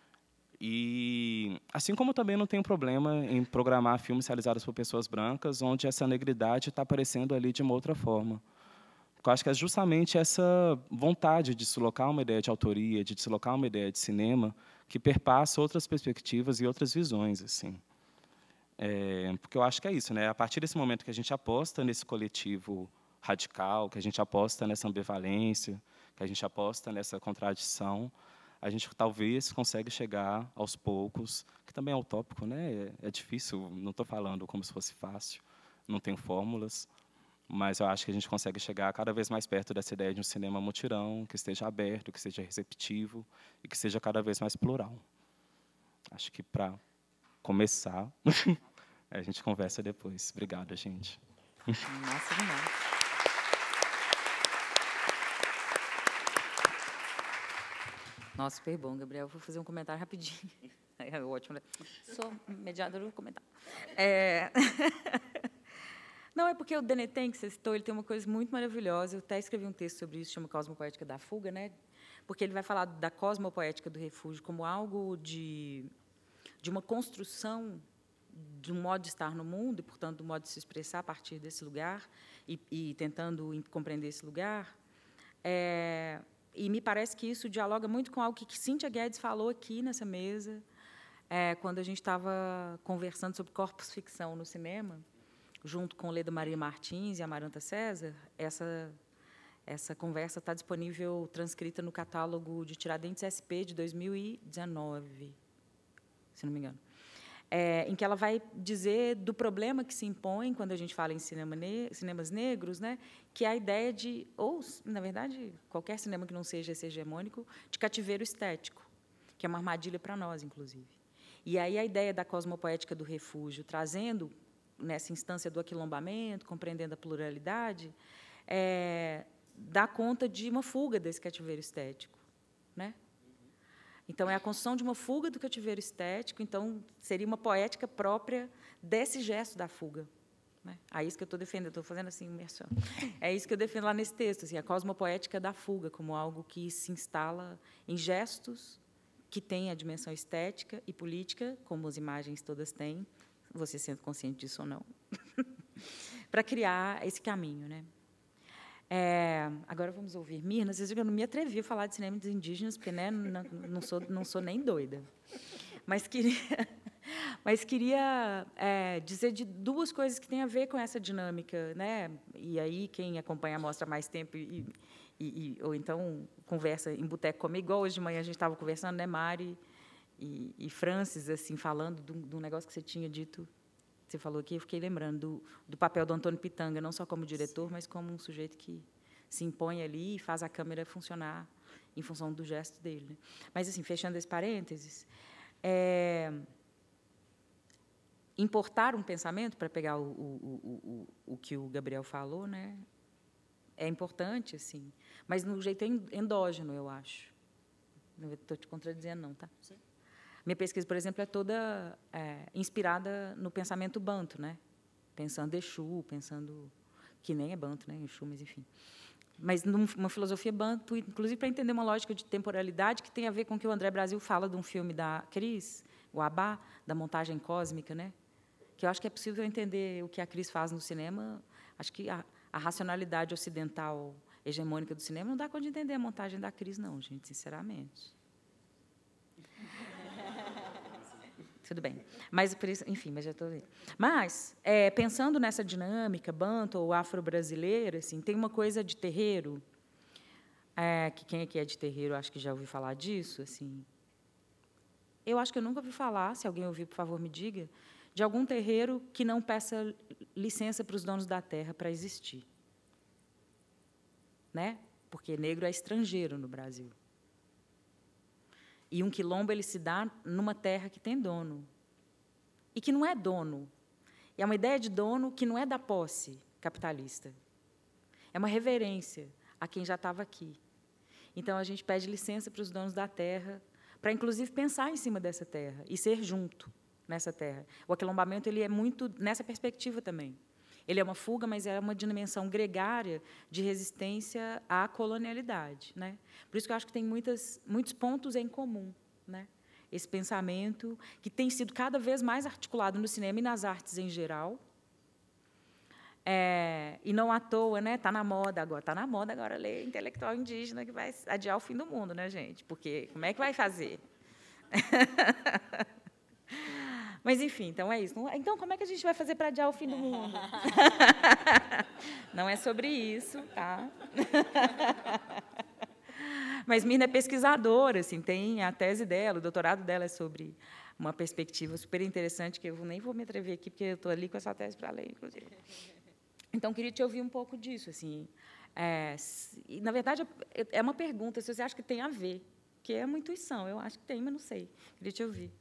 E, assim como também não tenho problema em programar filmes realizados por pessoas brancas, onde essa negridade está aparecendo ali de uma outra forma. Porque eu acho que é justamente essa vontade de deslocar uma ideia de autoria, de deslocar uma ideia de cinema, que perpassa outras perspectivas e outras visões, assim. É, porque eu acho que é isso, né? A partir desse momento que a gente aposta nesse coletivo radical, que a gente aposta nessa ambivalência, que a gente aposta nessa contradição, a gente talvez consegue chegar aos poucos, que também é utópico, né? É, é difícil, não estou falando como se fosse fácil, não tenho fórmulas, mas eu acho que a gente consegue chegar cada vez mais perto dessa ideia de um cinema mutirão, que esteja aberto, que seja receptivo e que seja cada vez mais plural. Acho que, para começar, a gente conversa depois. Obrigado, gente. Nossa, demais. Nossa, super bom, Gabriel. Vou fazer um comentário rapidinho. É ótimo, né? Sou mediadora do comentário. É... Não, é porque o Denetem, que você citou, ele tem uma coisa muito maravilhosa. Eu até escrevi um texto sobre isso, chama Cosmopoética da Fuga, né? Porque ele vai falar da cosmopoética do refúgio como algo de, de uma construção de um modo de estar no mundo e, portanto, do modo de se expressar a partir desse lugar e, e tentando compreender esse lugar. É... E me parece que isso dialoga muito com algo que Cíntia Guedes falou aqui nessa mesa, é, quando a gente estava conversando sobre corpus ficção no cinema, junto com Leda Maria Martins e Amaranta César. Essa, essa conversa está disponível, transcrita no catálogo de Tiradentes S P de dois mil e dezenove, se não me engano. É, em que ela vai dizer do problema que se impõe quando a gente fala em cinema ne cinemas negros, né, que é a ideia de, ou, na verdade, qualquer cinema que não seja esse hegemônico, de cativeiro estético, que é uma armadilha para nós, inclusive. E aí a ideia da cosmopoética do refúgio, trazendo, nessa instância do aquilombamento, compreendendo a pluralidade, é, dá conta de uma fuga desse cativeiro estético, né? Então, é a construção de uma fuga do cativeiro estético, então, seria uma poética própria desse gesto da fuga. Né? É isso que eu estou defendendo, estou fazendo assim, imersão. É isso que eu defendo lá nesse texto, assim, a cosmopoética da fuga, como algo que se instala em gestos que têm a dimensão estética e política, como as imagens todas têm, você sendo consciente disso ou não, para criar esse caminho, né? É, agora vamos ouvir Mirna. Vocês viram que eu não me atrevi a falar de cinema dos indígenas, porque, né, não, não, sou, não sou nem doida. Mas queria, mas queria é, dizer de duas coisas que têm a ver com essa dinâmica, né? E aí, quem acompanha a mostra há mais tempo, e, e, e, ou então conversa em boteco comigo, igual hoje de manhã a gente estava conversando, né, Mari e, e Francis, assim, falando de um, de um negócio que você tinha dito. Você falou aqui, eu fiquei lembrando do, do papel do Antônio Pitanga, não só como diretor, mas como um sujeito que se impõe ali e faz a câmera funcionar em função do gesto dele. Né? Mas, assim, fechando esse parênteses, é, importar um pensamento, para pegar o, o, o, o, o que o Gabriel falou, né, é importante, assim, mas no jeito endógeno, eu acho. Não estou te contradizendo, não, tá? Sim. Minha pesquisa, por exemplo, é toda é, inspirada no pensamento banto, né? Pensando Exu, pensando que nem é banto, né? Exu, mas enfim. Mas numa filosofia banto, inclusive para entender uma lógica de temporalidade que tem a ver com o que o André Brasil fala de um filme da Cris, o Abá, da montagem cósmica, né? Que eu acho que é possível entender o que a Cris faz no cinema. Acho que a, a racionalidade ocidental hegemônica do cinema não dá conta de entender a montagem da Cris, não, gente, sinceramente. tudo bem. Mas, por isso, enfim, mas já estou vendo. Mas, é, pensando nessa dinâmica banto ou afro-brasileira, assim, tem uma coisa de terreiro, é, que quem aqui é de terreiro, acho que já ouviu falar disso, assim. Eu acho que eu nunca ouvi falar, se alguém ouviu, por favor, me diga, de algum terreiro que não peça licença para os donos da terra para existir. Né? Porque negro é estrangeiro no Brasil. E um quilombo ele se dá numa terra que tem dono. E que não é dono. É uma ideia de dono que não é da posse capitalista. É uma reverência a quem já estava aqui. Então, a gente pede licença para os donos da terra, para, inclusive, pensar em cima dessa terra e ser junto nessa terra. O aquilombamento ele é muito nessa perspectiva também. Ele é uma fuga, mas é uma dimensão gregária de resistência à colonialidade, né? Por isso que eu acho que tem muitas, muitos pontos em comum, né? Esse pensamento que tem sido cada vez mais articulado no cinema e nas artes em geral. É, e não à toa, né? Está na moda agora. Está na moda agora ler intelectual indígena que vai adiar o fim do mundo, né, gente? Porque como é que vai fazer? Mas, enfim, então é isso. Então, como é que a gente vai fazer para adiar o fim do mundo? Não é sobre isso, tá? Mas Mirna é pesquisadora, assim, tem a tese dela, o doutorado dela é sobre uma perspectiva super interessante, que eu nem vou me atrever aqui, porque eu estou ali com essa tese para ler, inclusive. Então, queria te ouvir um pouco disso. Assim. É, e, na verdade, é uma pergunta, se você acha que tem a ver, que é uma intuição. Eu acho que tem, mas não sei. Queria te ouvir.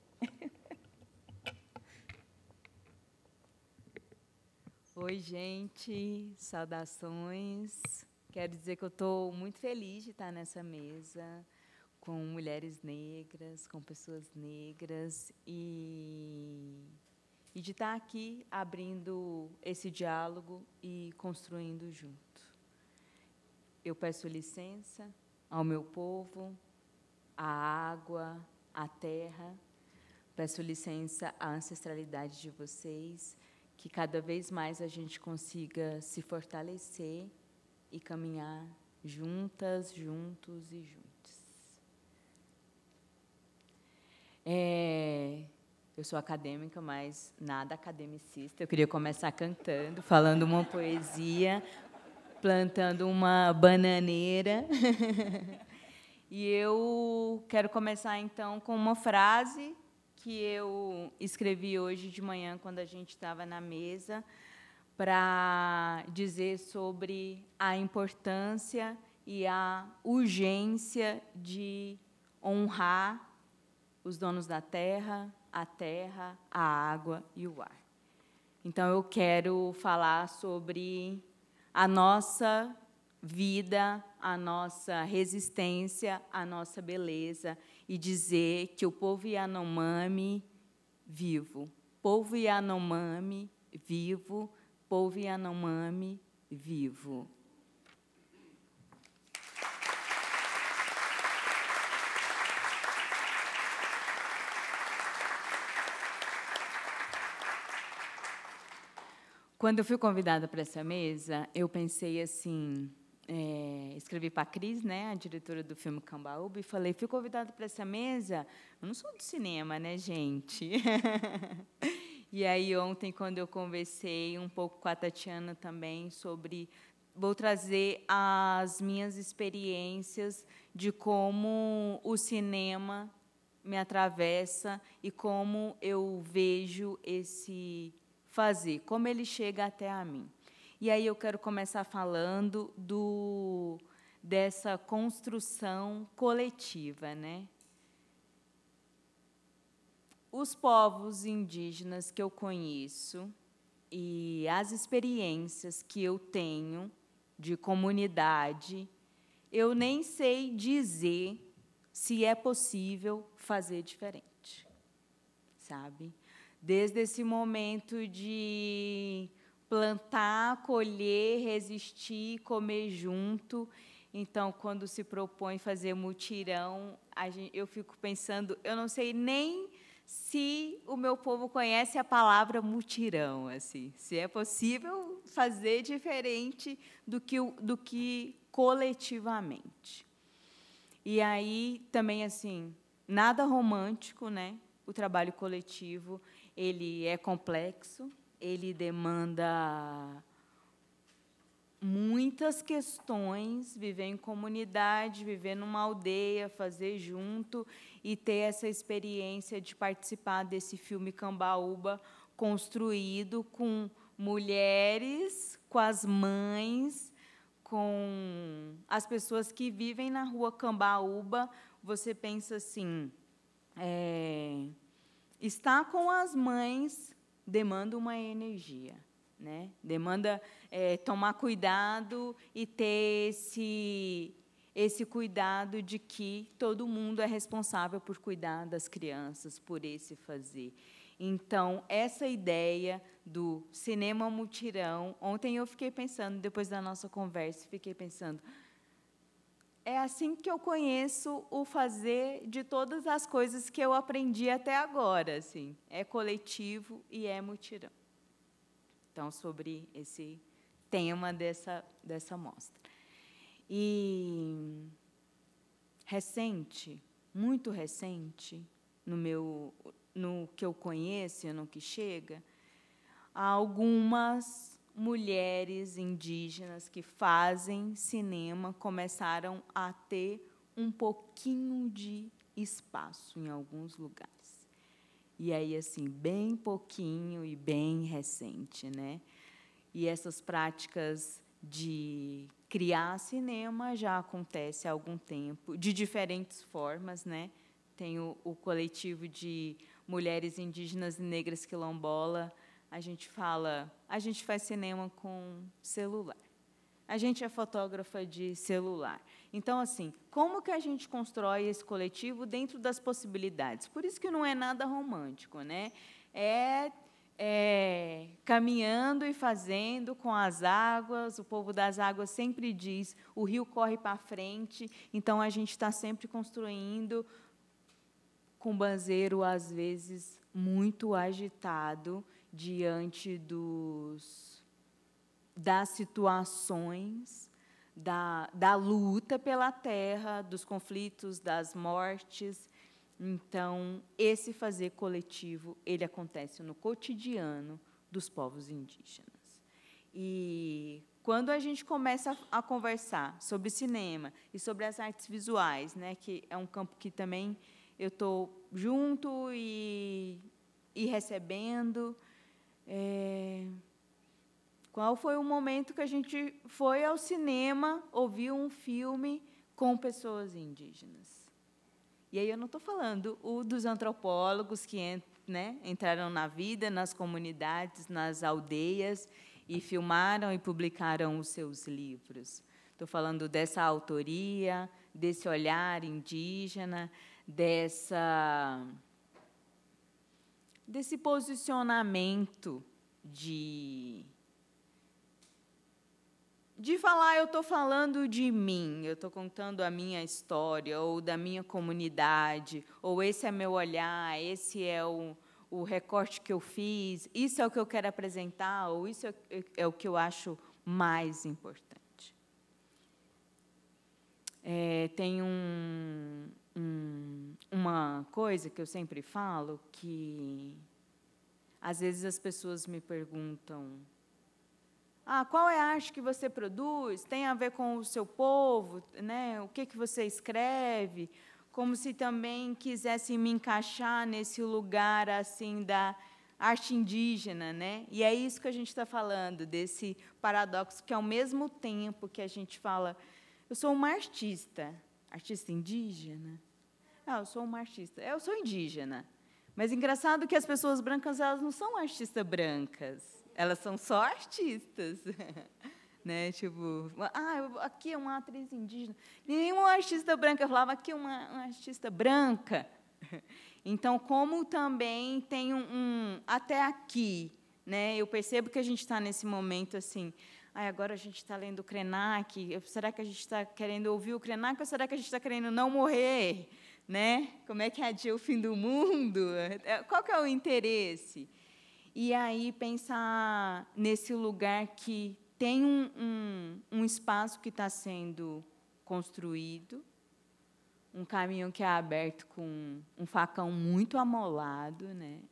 Oi, gente, saudações. Quero dizer que eu estou muito feliz de estar nessa mesa com mulheres negras, com pessoas negras e, e de estar aqui abrindo esse diálogo e construindo junto. Eu peço licença ao meu povo, à água, à terra, peço licença à ancestralidade de vocês, que cada vez mais a gente consiga se fortalecer e caminhar juntas, juntos e juntos. É, eu sou acadêmica, mas nada academicista. Eu queria começar cantando, falando uma poesia, plantando uma bananeira. E eu quero começar, então, com uma frase que eu escrevi hoje de manhã, quando a gente estava na mesa, para dizer sobre a importância e a urgência de honrar os donos da terra, a terra, a água e o ar. Então, eu quero falar sobre a nossa vida, a nossa resistência, a nossa beleza, e dizer que o povo Yanomami vivo, povo Yanomami vivo, povo Yanomami vivo. Quando eu fui convidada para essa mesa, eu pensei assim, é, escrevi para a Cris, né, a diretora do filme Cambaúba, e falei, fui convidada para essa mesa, eu não sou do cinema, né, gente? E aí, ontem, quando eu conversei um pouco com a Tatiana também sobre... Vou trazer as minhas experiências de como o cinema me atravessa e como eu vejo esse fazer, como ele chega até a mim. E aí eu quero começar falando do, dessa construção coletiva, né? Os povos indígenas que eu conheço e as experiências que eu tenho de comunidade, eu nem sei dizer se é possível fazer diferente, sabe? Desde esse momento de plantar, colher, resistir, comer junto. Então, quando se propõe fazer mutirão, a gente, eu fico pensando, eu não sei nem se o meu povo conhece a palavra mutirão, assim, se é possível fazer diferente do que, do que coletivamente. E aí, também, assim, nada romântico, né? o trabalho coletivo ele é complexo, ele demanda muitas questões, viver em comunidade, viver numa aldeia, fazer junto e ter essa experiência de participar desse filme Cambaúba construído com mulheres, com as mães, com as pessoas que vivem na rua Cambaúba. Você pensa assim, é, estar com as mães demanda uma energia, né? Demanda é, tomar cuidado e ter esse, esse cuidado de que todo mundo é responsável por cuidar das crianças, por esse fazer. Então, essa ideia do cinema mutirão, ontem eu fiquei pensando, depois da nossa conversa, fiquei pensando, é assim que eu conheço o fazer de todas as coisas que eu aprendi até agora, assim, é coletivo e é mutirão. Então, sobre esse tema dessa, dessa mostra. E recente, muito recente, no, meu, no que eu conheço e no que chega, há algumas mulheres indígenas que fazem cinema começaram a ter um pouquinho de espaço em alguns lugares. E aí, assim, bem pouquinho e bem recente, né? E essas práticas de criar cinema já acontece há algum tempo, de diferentes formas, né? Tem o, o coletivo de mulheres indígenas e negras quilombola. A gente fala, a gente faz cinema com celular. A gente é fotógrafa de celular. Então, assim, como que a gente constrói esse coletivo dentro das possibilidades? Por isso que não é nada romântico, né? É, é caminhando e fazendo com as águas. O povo das águas sempre diz, o rio corre para frente. Então, a gente está sempre construindo com banzeiro, às vezes, muito agitado, diante dos... das situações, da, da luta pela terra, dos conflitos, das mortes. Então, esse fazer coletivo, ele acontece no cotidiano dos povos indígenas. E, quando a gente começa a, a conversar sobre cinema e sobre as artes visuais, né, que é um campo que também eu estou junto e, e recebendo... É, qual foi o momento que a gente foi ao cinema, ouviu um filme com pessoas indígenas? E aí eu não estou falando o dos antropólogos que, né, entraram na vida, nas comunidades, nas aldeias, e filmaram e publicaram os seus livros. Estou falando dessa autoria, desse olhar indígena, dessa, desse posicionamento de... de falar, eu estou falando de mim, eu estou contando a minha história, ou da minha comunidade, ou esse é meu olhar, esse é o, o recorte que eu fiz, isso é o que eu quero apresentar, ou isso é, é o que eu acho mais importante. É, tem um, um, uma coisa que eu sempre falo, que, às vezes, as pessoas me perguntam, ah, qual é a arte que você produz? Tem a ver com o seu povo, né? O que que você escreve? Como se também quisessem me encaixar nesse lugar assim da arte indígena, né? E é isso que a gente está falando, desse paradoxo que, ao mesmo tempo que a gente fala, eu sou uma artista, artista indígena? Ah, eu sou uma artista, eu sou indígena. Mas engraçado que as pessoas brancas, elas não são artistas brancas. Elas são só artistas, né? Tipo, ah, aqui é uma atriz indígena. Nenhuma artista branca falava aqui é uma, uma artista branca. Então, como também tem um, um até aqui, né? Eu percebo que a gente está nesse momento assim. Ah, agora a gente está lendo o Krenak. Será que a gente está querendo ouvir o Krenak ou será que a gente está querendo não morrer, né? Como é que adia o fim do mundo? Qual que é o interesse? E aí pensar nesse lugar que tem um, um, um espaço que está sendo construído um caminho que é aberto com um facão muito amolado, né?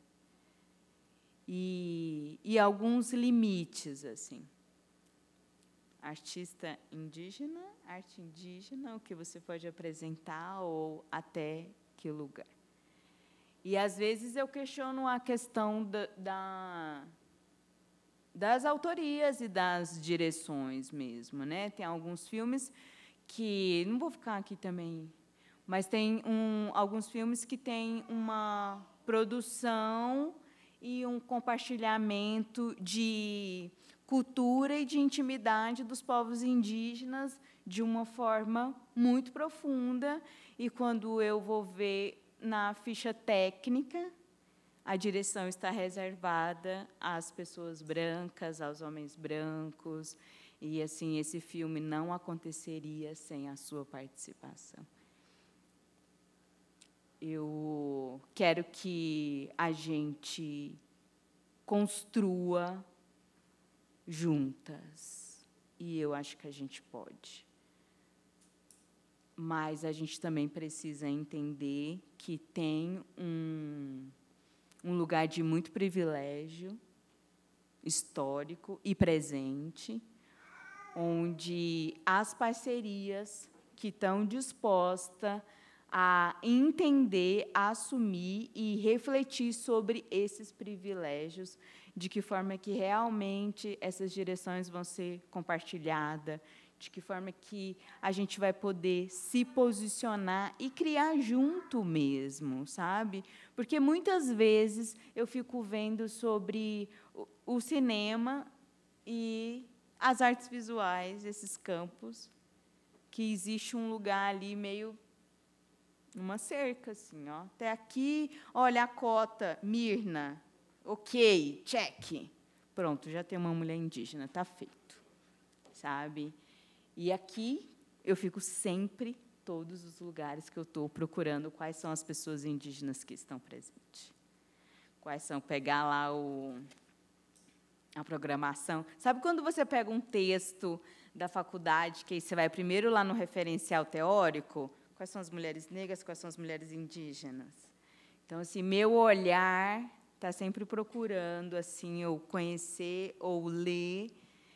E, e alguns limites, assim. Artista indígena, arte indígena, o que você pode apresentar ou até que lugar. E, às vezes, eu questiono a questão da, da, das autorias e das direções mesmo, né? Tem alguns filmes que... Não vou ficar aqui também... Mas tem um, alguns filmes que têm uma produção e um compartilhamento de cultura e de intimidade dos povos indígenas de uma forma muito profunda. E, quando eu vou ver na ficha técnica, a direção está reservada às pessoas brancas, aos homens brancos. E, assim, esse filme não aconteceria sem a sua participação. Eu quero que a gente construa juntas. E eu acho que a gente pode. Mas a gente também precisa entender que tem um, um lugar de muito privilégio histórico e presente, onde as parcerias que estão dispostas a entender, a assumir e refletir sobre esses privilégios, de que forma que realmente essas direções vão ser compartilhadas, de que forma que a gente vai poder se posicionar e criar junto mesmo, sabe? Porque, muitas vezes, eu fico vendo sobre o, o cinema e as artes visuais, esses campos, que existe um lugar ali meio... uma cerca, assim, ó. Até aqui, olha a cota, Mirna, ok, check. Pronto, já tem uma mulher indígena, está feito, sabe? E aqui eu fico sempre, todos os lugares que eu estou procurando, quais são as pessoas indígenas que estão presentes. Quais são, pegar lá o, a programação. Sabe quando você pega um texto da faculdade, que aí você vai primeiro lá no referencial teórico, quais são as mulheres negras, quais são as mulheres indígenas? Então, assim, meu olhar está sempre procurando, assim, ou conhecer, ou ler.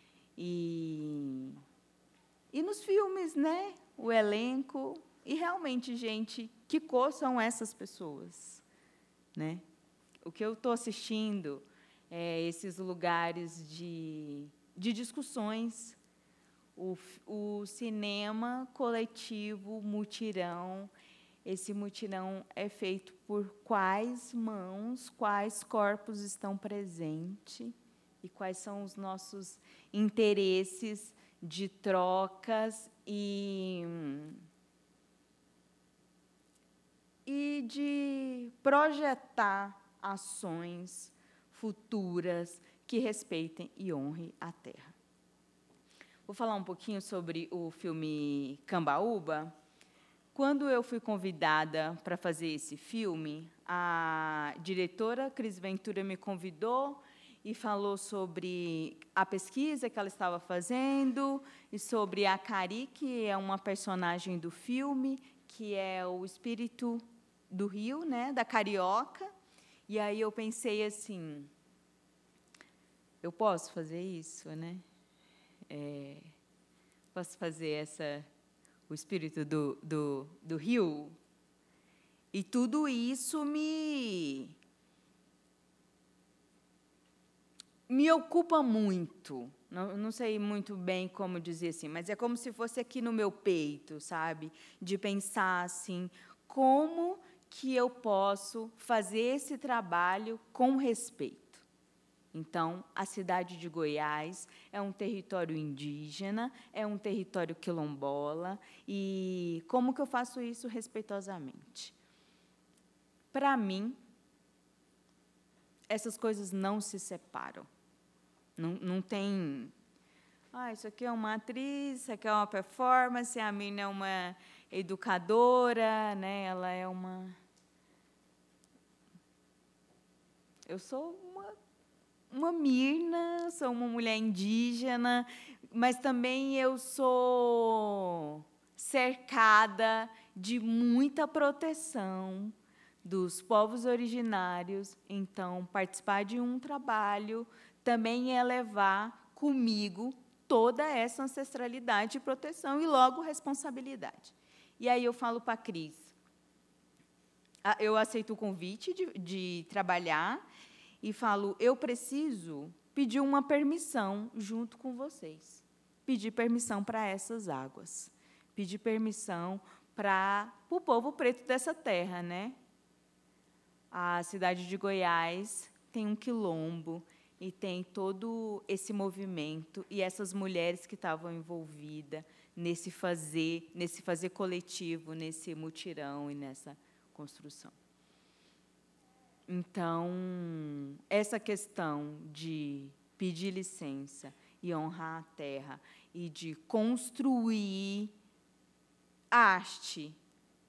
E, e nos filmes, né? O elenco. E, realmente, gente, que cor são essas pessoas? Né? O que eu estou assistindo é esses lugares de, de discussões. O, o cinema coletivo, mutirão, esse mutirão é feito por quais mãos, quais corpos estão presentes e quais são os nossos interesses de trocas e, e de projetar ações futuras que respeitem e honrem a terra. Vou falar um pouquinho sobre o filme Cambaúba. Quando eu fui convidada para fazer esse filme, a diretora Cris Ventura me convidou e falou sobre a pesquisa que ela estava fazendo e sobre a Cari, que é uma personagem do filme, que é o espírito do Rio, né, da carioca. E aí eu pensei assim, eu posso fazer isso, né? É, posso fazer essa, o espírito do, do, do Rio? E tudo isso me, me ocupa muito. Não, não sei muito bem como dizer assim, mas é como se fosse aqui no meu peito, sabe? De pensar assim, como que eu posso fazer esse trabalho com respeito. Então, a cidade de Goiás é um território indígena, é um território quilombola, e como que eu faço isso respeitosamente? Para mim, essas coisas não se separam. Não, não tem... Ah, isso aqui é uma atriz, isso aqui é uma performance, a mina é uma educadora, né? Ela é uma... Eu sou uma... uma Mirna, sou uma mulher indígena, mas também eu sou cercada de muita proteção dos povos originários. Então, participar de um trabalho também é levar comigo toda essa ancestralidade e proteção e, logo, responsabilidade. E aí eu falo para a Cris, eu aceito o convite de, de trabalhar e falo, eu preciso pedir uma permissão junto com vocês. Pedir permissão para essas águas. Pedir permissão para o povo preto dessa terra, né? A cidade de Goiás tem um quilombo e tem todo esse movimento e essas mulheres que estavam envolvidas nesse fazer, nesse fazer coletivo, nesse mutirão e nessa construção. Então, essa questão de pedir licença e honrar a terra e de construir arte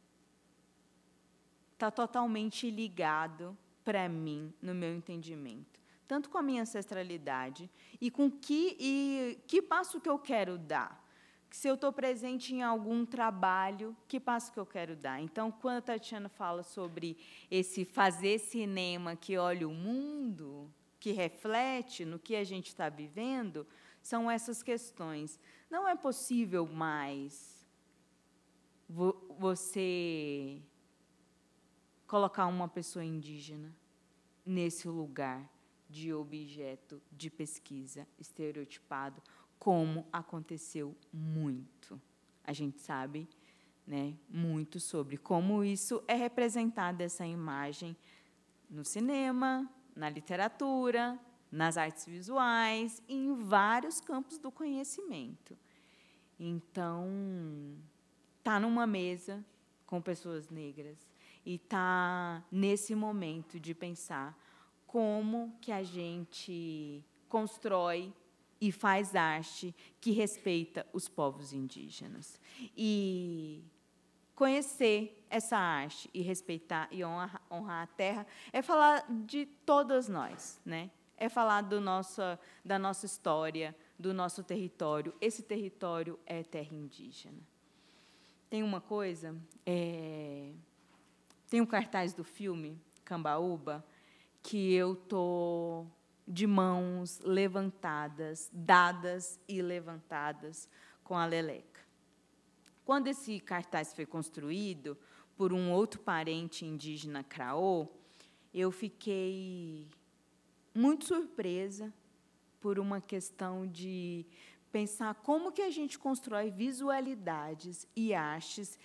está totalmente ligado, para mim, no meu entendimento, tanto com a minha ancestralidade e com que, e, que passo que eu quero dar. Se eu estou presente em algum trabalho, que passo que eu quero dar? Então, quando a Tatiana fala sobre esse fazer cinema que olha o mundo, que reflete no que a gente está vivendo, são essas questões. Não é possível mais vo você colocar uma pessoa indígena nesse lugar de objeto de pesquisa estereotipado, como aconteceu muito. A gente sabe, né, muito sobre como isso é representado, essa imagem, no cinema, na literatura, nas artes visuais, em vários campos do conhecimento. Então, tá numa mesa com pessoas negras e tá nesse momento de pensar como que a gente constrói e faz arte que respeita os povos indígenas. E conhecer essa arte e respeitar e honrar, honrar a terra é falar de todas nós, né? É falar do nossa, da nossa história, do nosso território. Esse território é terra indígena. Tem uma coisa, é, tem um cartaz do filme Cambaúba, que eu estou de mãos levantadas, dadas e levantadas com a Leleca. Quando esse cartaz foi construído por um outro parente indígena Craô, eu fiquei muito surpresa por uma questão de pensar como que a gente constrói visualidades e artes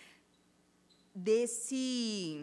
desse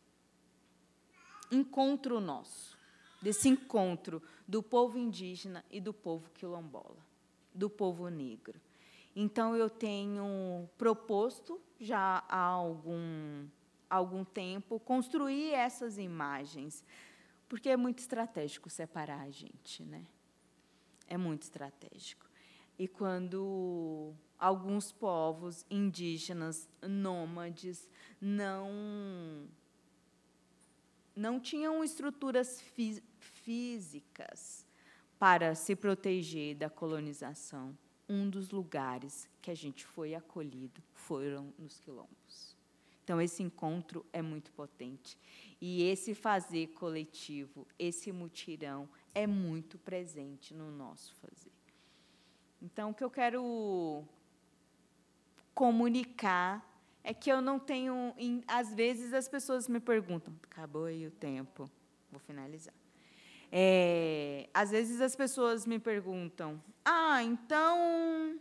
encontro nosso, desse encontro do povo indígena e do povo quilombola, do povo negro. Então, eu tenho proposto, já há algum, algum tempo, construir essas imagens, porque é muito estratégico separar a gente, né? É muito estratégico. E quando alguns povos indígenas, nômades, não, não tinham estruturas fí- físicas para se proteger da colonização, um dos lugares que a gente foi acolhido foram nos quilombos. Então, esse encontro é muito potente. E esse fazer coletivo, esse mutirão, é muito presente no nosso fazer. Então, o que eu quero comunicar é que eu não tenho... Em, às vezes, as pessoas me perguntam... Acabou aí o tempo. Vou finalizar. É, às vezes, as pessoas me perguntam... Ah, então,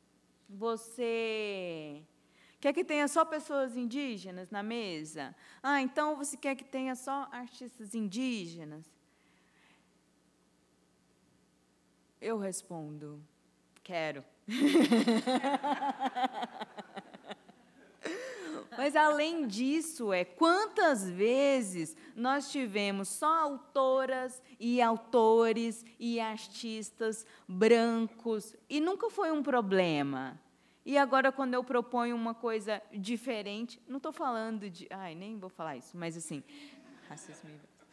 você quer que tenha só pessoas indígenas na mesa? Ah, então, você quer que tenha só artistas indígenas? Eu respondo... Quero. Mas, além disso, é quantas vezes nós tivemos só autoras e autores e artistas brancos, e nunca foi um problema. E agora, quando eu proponho uma coisa diferente, não estou falando de... Ai, nem vou falar isso, mas, assim... Racismo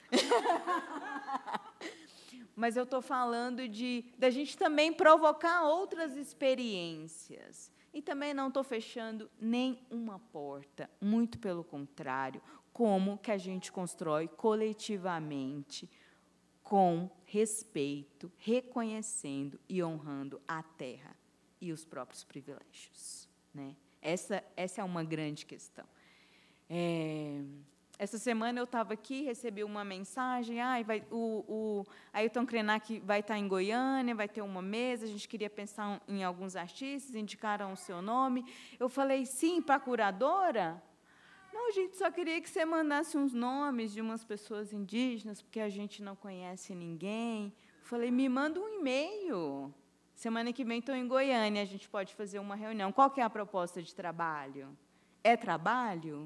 Mas eu estou falando de da gente também provocar outras experiências, E também não estou fechando nenhuma porta, muito pelo contrário, como que a gente constrói coletivamente, com respeito, reconhecendo e honrando a terra e os próprios privilégios, né? Essa, essa é uma grande questão. É, essa semana eu estava aqui, recebi uma mensagem, ah, vai, o, o Ailton Krenak vai estar em Goiânia, vai ter uma mesa, a gente queria pensar em alguns artistas, indicaram o seu nome. Eu falei, sim, para a curadora? Não, gente, só queria que você mandasse uns nomes de umas pessoas indígenas, porque a gente não conhece ninguém. Eu falei, me manda um e-mail. Semana que vem estou em Goiânia, a gente pode fazer uma reunião. Qual que é a proposta de trabalho? É trabalho?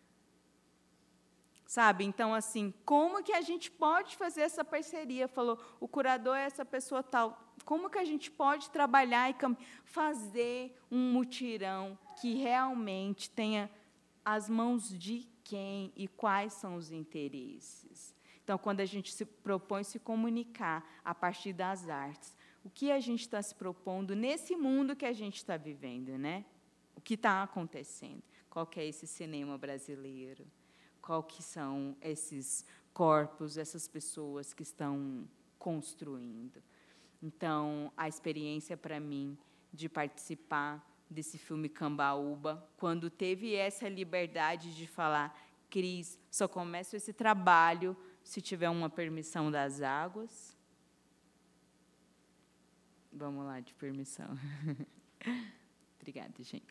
Sabe? Então, assim, como que a gente pode fazer essa parceria? Falou, o curador é essa pessoa tal. Como que a gente pode trabalhar e fazer um mutirão que realmente tenha as mãos de quem e quais são os interesses? Então, quando a gente se propõe se comunicar a partir das artes, o que a gente está se propondo nesse mundo que a gente está vivendo, né? O que está acontecendo? Qual que é esse cinema brasileiro? Qual que são esses corpos, essas pessoas que estão construindo? Então, a experiência, para mim, de participar desse filme Cambaúba, quando teve essa liberdade de falar, Cris, só começo esse trabalho se tiver uma permissão das águas. Vamos lá, de permissão. Obrigada, gente.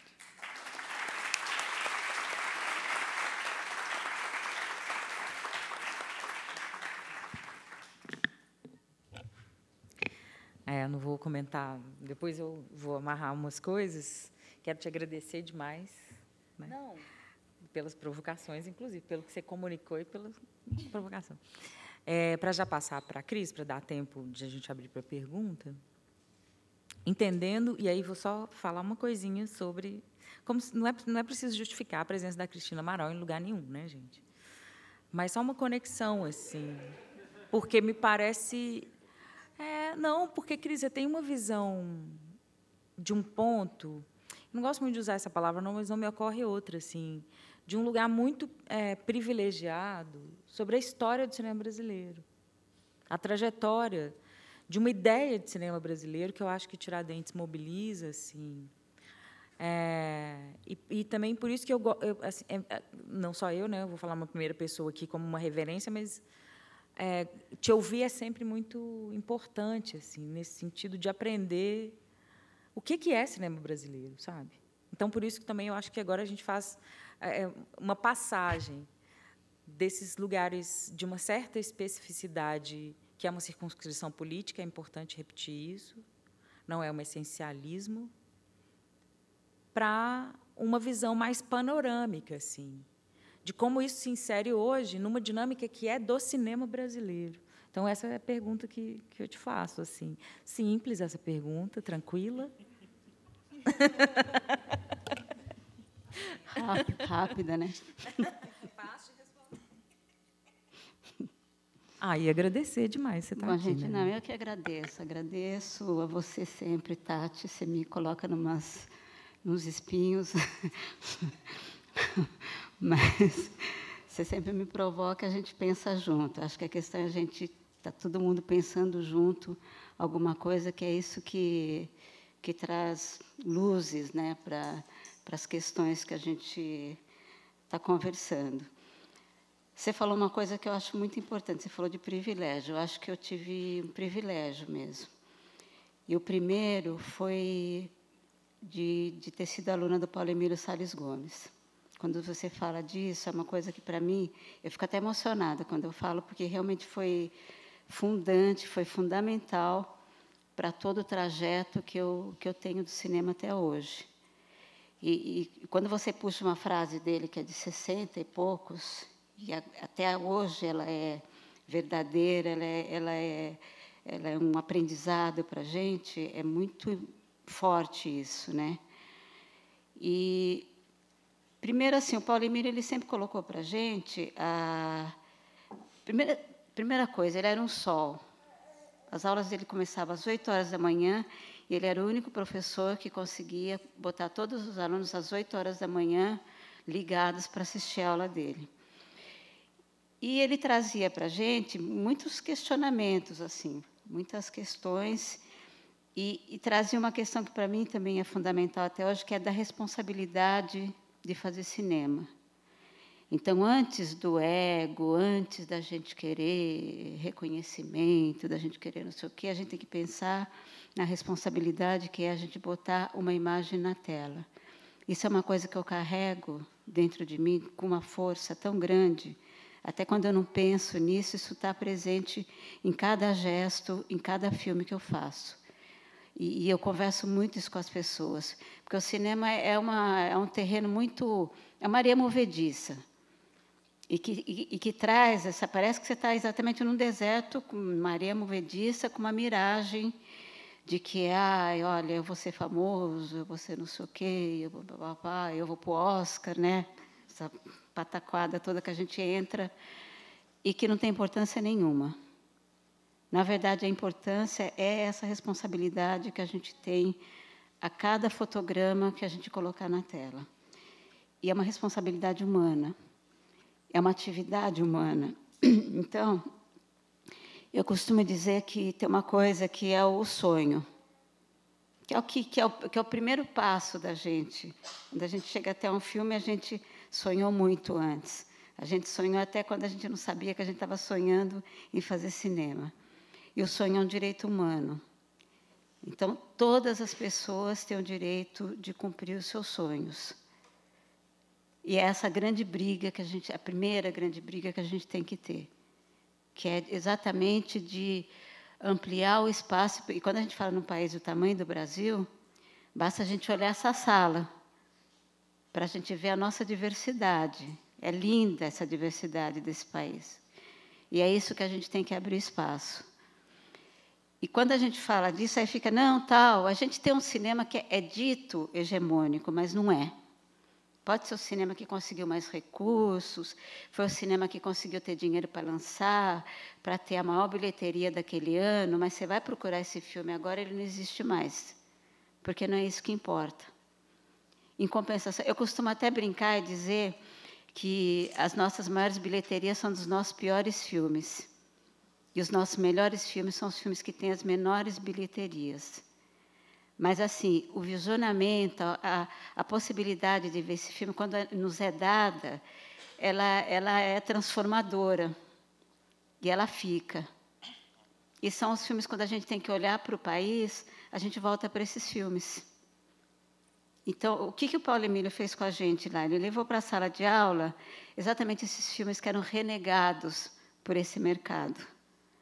É, não vou comentar, depois eu vou amarrar umas coisas. Quero te agradecer demais, né? Não. Pelas provocações, inclusive, pelo que você comunicou e pela provocação. É, para já passar para a Cris, para dar tempo de a gente abrir para a pergunta, entendendo, e aí vou só falar uma coisinha sobre... Como se, não, é, não é preciso justificar a presença da Cristina Amaral em lugar nenhum, né, gente? Mas só uma conexão, assim, porque me parece... É, não, porque, Cris, você tem uma visão de um ponto... Não gosto muito de usar essa palavra, não, mas não me ocorre outra, assim, de um lugar muito é, privilegiado sobre a história do cinema brasileiro, a trajetória de uma ideia de cinema brasileiro que eu acho que Tiradentes mobiliza, assim, é, e, e também por isso que eu, eu assim, é, não só eu, né, eu vou falar uma primeira pessoa aqui como uma reverência, mas é, te ouvir é sempre muito importante, assim, nesse sentido de aprender o que que é cinema brasileiro, sabe? Então, por isso que também eu acho que agora a gente faz é, uma passagem desses lugares de uma certa especificidade, que é uma circunscrição política, é importante repetir isso, não é um essencialismo, para uma visão mais panorâmica, assim, de como isso se insere hoje numa dinâmica que é do cinema brasileiro. Então, essa é a pergunta que, que eu te faço, assim. Simples essa pergunta, tranquila. Rápida, né? Fácil de responder. Ah, e agradecer demais você estar Bom, aqui. gente, né? não, eu que agradeço. Agradeço a você sempre, Tati. Você me coloca numas, nos espinhos. Mas você sempre me provoca, a gente pensa junto. Acho que a questão é a gente está todo mundo pensando junto alguma coisa, que é isso que, que traz luzes, né, para para as questões que a gente está conversando. Você falou uma coisa que eu acho muito importante, você falou de privilégio. Eu acho que eu tive um privilégio mesmo. E o primeiro foi de, de ter sido aluna do Paulo Emílio Salles Gomes. Quando você fala disso, é uma coisa que, para mim, eu fico até emocionada quando eu falo, porque realmente foi fundante, foi fundamental para todo o trajeto que eu, que eu tenho do cinema até hoje. E, e quando você puxa uma frase dele, que é de sessenta e poucos, e a, até hoje ela é verdadeira, ela é, ela é, ela é um aprendizado para a gente, é muito forte isso, né? E, primeiro, assim, o Paulo Emílio ele sempre colocou para a gente a primeira, primeira coisa, ele era um sol. As aulas dele começavam às oito horas da manhã Ele era o único professor que conseguia botar todos os alunos às oito horas da manhã ligados para assistir a aula dele. E ele trazia para a gente muitos questionamentos, assim, muitas questões, e, e trazia uma questão que, para mim, também é fundamental até hoje, que é da responsabilidade de fazer cinema. Então, antes do ego, antes da gente querer reconhecimento, da gente querer não sei o quê, a gente tem que pensar na responsabilidade que é a gente botar uma imagem na tela. Isso é uma coisa que eu carrego dentro de mim com uma força tão grande. Até quando eu não penso nisso, isso está presente em cada gesto, em cada filme que eu faço. E, e eu converso muito isso com as pessoas, porque o cinema é, uma, é um terreno muito... é uma areia movediça, e que, e, e que traz essa... Parece que você está exatamente num deserto, com uma areia movediça, com uma miragem de que, ah, olha, eu vou ser famoso, eu vou ser não sei o quê, eu vou, papá, eu vou para o Oscar, né? Essa pataquada toda que a gente entra, e que não tem importância nenhuma. Na verdade, a importância é essa responsabilidade que a gente tem a cada fotograma que a gente colocar na tela. E é uma responsabilidade humana, é uma atividade humana. Então, eu costumo dizer que tem uma coisa que é o sonho, que é o, que, que é o, que é o primeiro passo da gente. Quando a gente chega até um filme, a gente sonhou muito antes. A gente sonhou até quando a gente não sabia que a gente estava sonhando em fazer cinema. E o sonho é um direito humano. Então, todas as pessoas têm o direito de cumprir os seus sonhos. E é essa grande briga que a gente, a primeira grande briga que a gente tem que ter, que é exatamente de ampliar o espaço. E quando a gente fala num país do tamanho do Brasil, basta a gente olhar essa sala para a gente ver a nossa diversidade. É linda essa diversidade desse país. E é isso que a gente tem que abrir espaço. E quando a gente fala disso, aí fica, não, tal, a gente tem um cinema que é dito hegemônico, mas não é. Pode ser o cinema que conseguiu mais recursos, foi o cinema que conseguiu ter dinheiro para lançar, para ter a maior bilheteria daquele ano, mas você vai procurar esse filme agora, ele não existe mais, porque não é isso que importa. Em compensação, eu costumo até brincar e dizer que as nossas maiores bilheterias são dos nossos piores filmes. E os nossos melhores filmes são os filmes que têm as menores bilheterias. Mas, assim, o visionamento, a, a possibilidade de ver esse filme, quando nos é dada, ela, ela é transformadora. E ela fica. E são os filmes, quando a gente tem que olhar para o país, a gente volta para esses filmes. Então, o que, que o Paulo Emílio fez com a gente lá? Ele levou para a sala de aula exatamente esses filmes que eram renegados por esse mercado.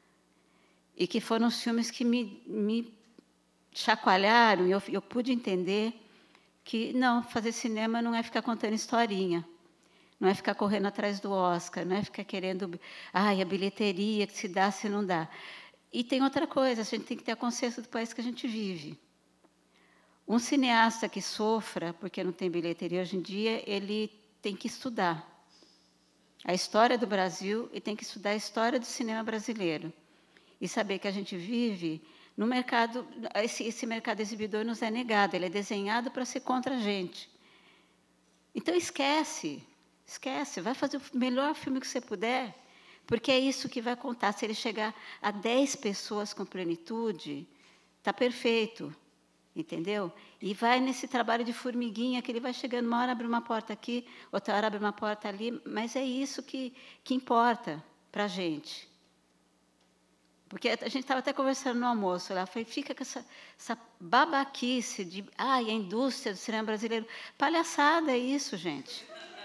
E que foram os filmes que me, me chacoalharam, e eu, eu pude entender que, não, fazer cinema não é ficar contando historinha, não é ficar correndo atrás do Oscar, não é ficar querendo, ai, a bilheteria que se dá, se não dá. E tem outra coisa, a gente tem que ter a consciência do país que a gente vive. Um cineasta que sofra porque não tem bilheteria hoje em dia, ele tem que estudar a história do Brasil e tem que estudar a história do cinema brasileiro. E saber que a gente vive no mercado, esse, esse mercado exibidor nos é negado, ele é desenhado para ser contra a gente. Então, esquece, esquece, vai fazer o melhor filme que você puder, porque é isso que vai contar. Se ele chegar a dez pessoas com plenitude, está perfeito, entendeu? E vai nesse trabalho de formiguinha, que ele vai chegando, uma hora abre uma porta aqui, outra hora abre uma porta ali, mas é isso que, que importa para a gente. Porque a gente estava até conversando no almoço, ela foi, fica com essa, essa babaquice de, ai, a indústria do cinema brasileiro. Palhaçada é isso, gente.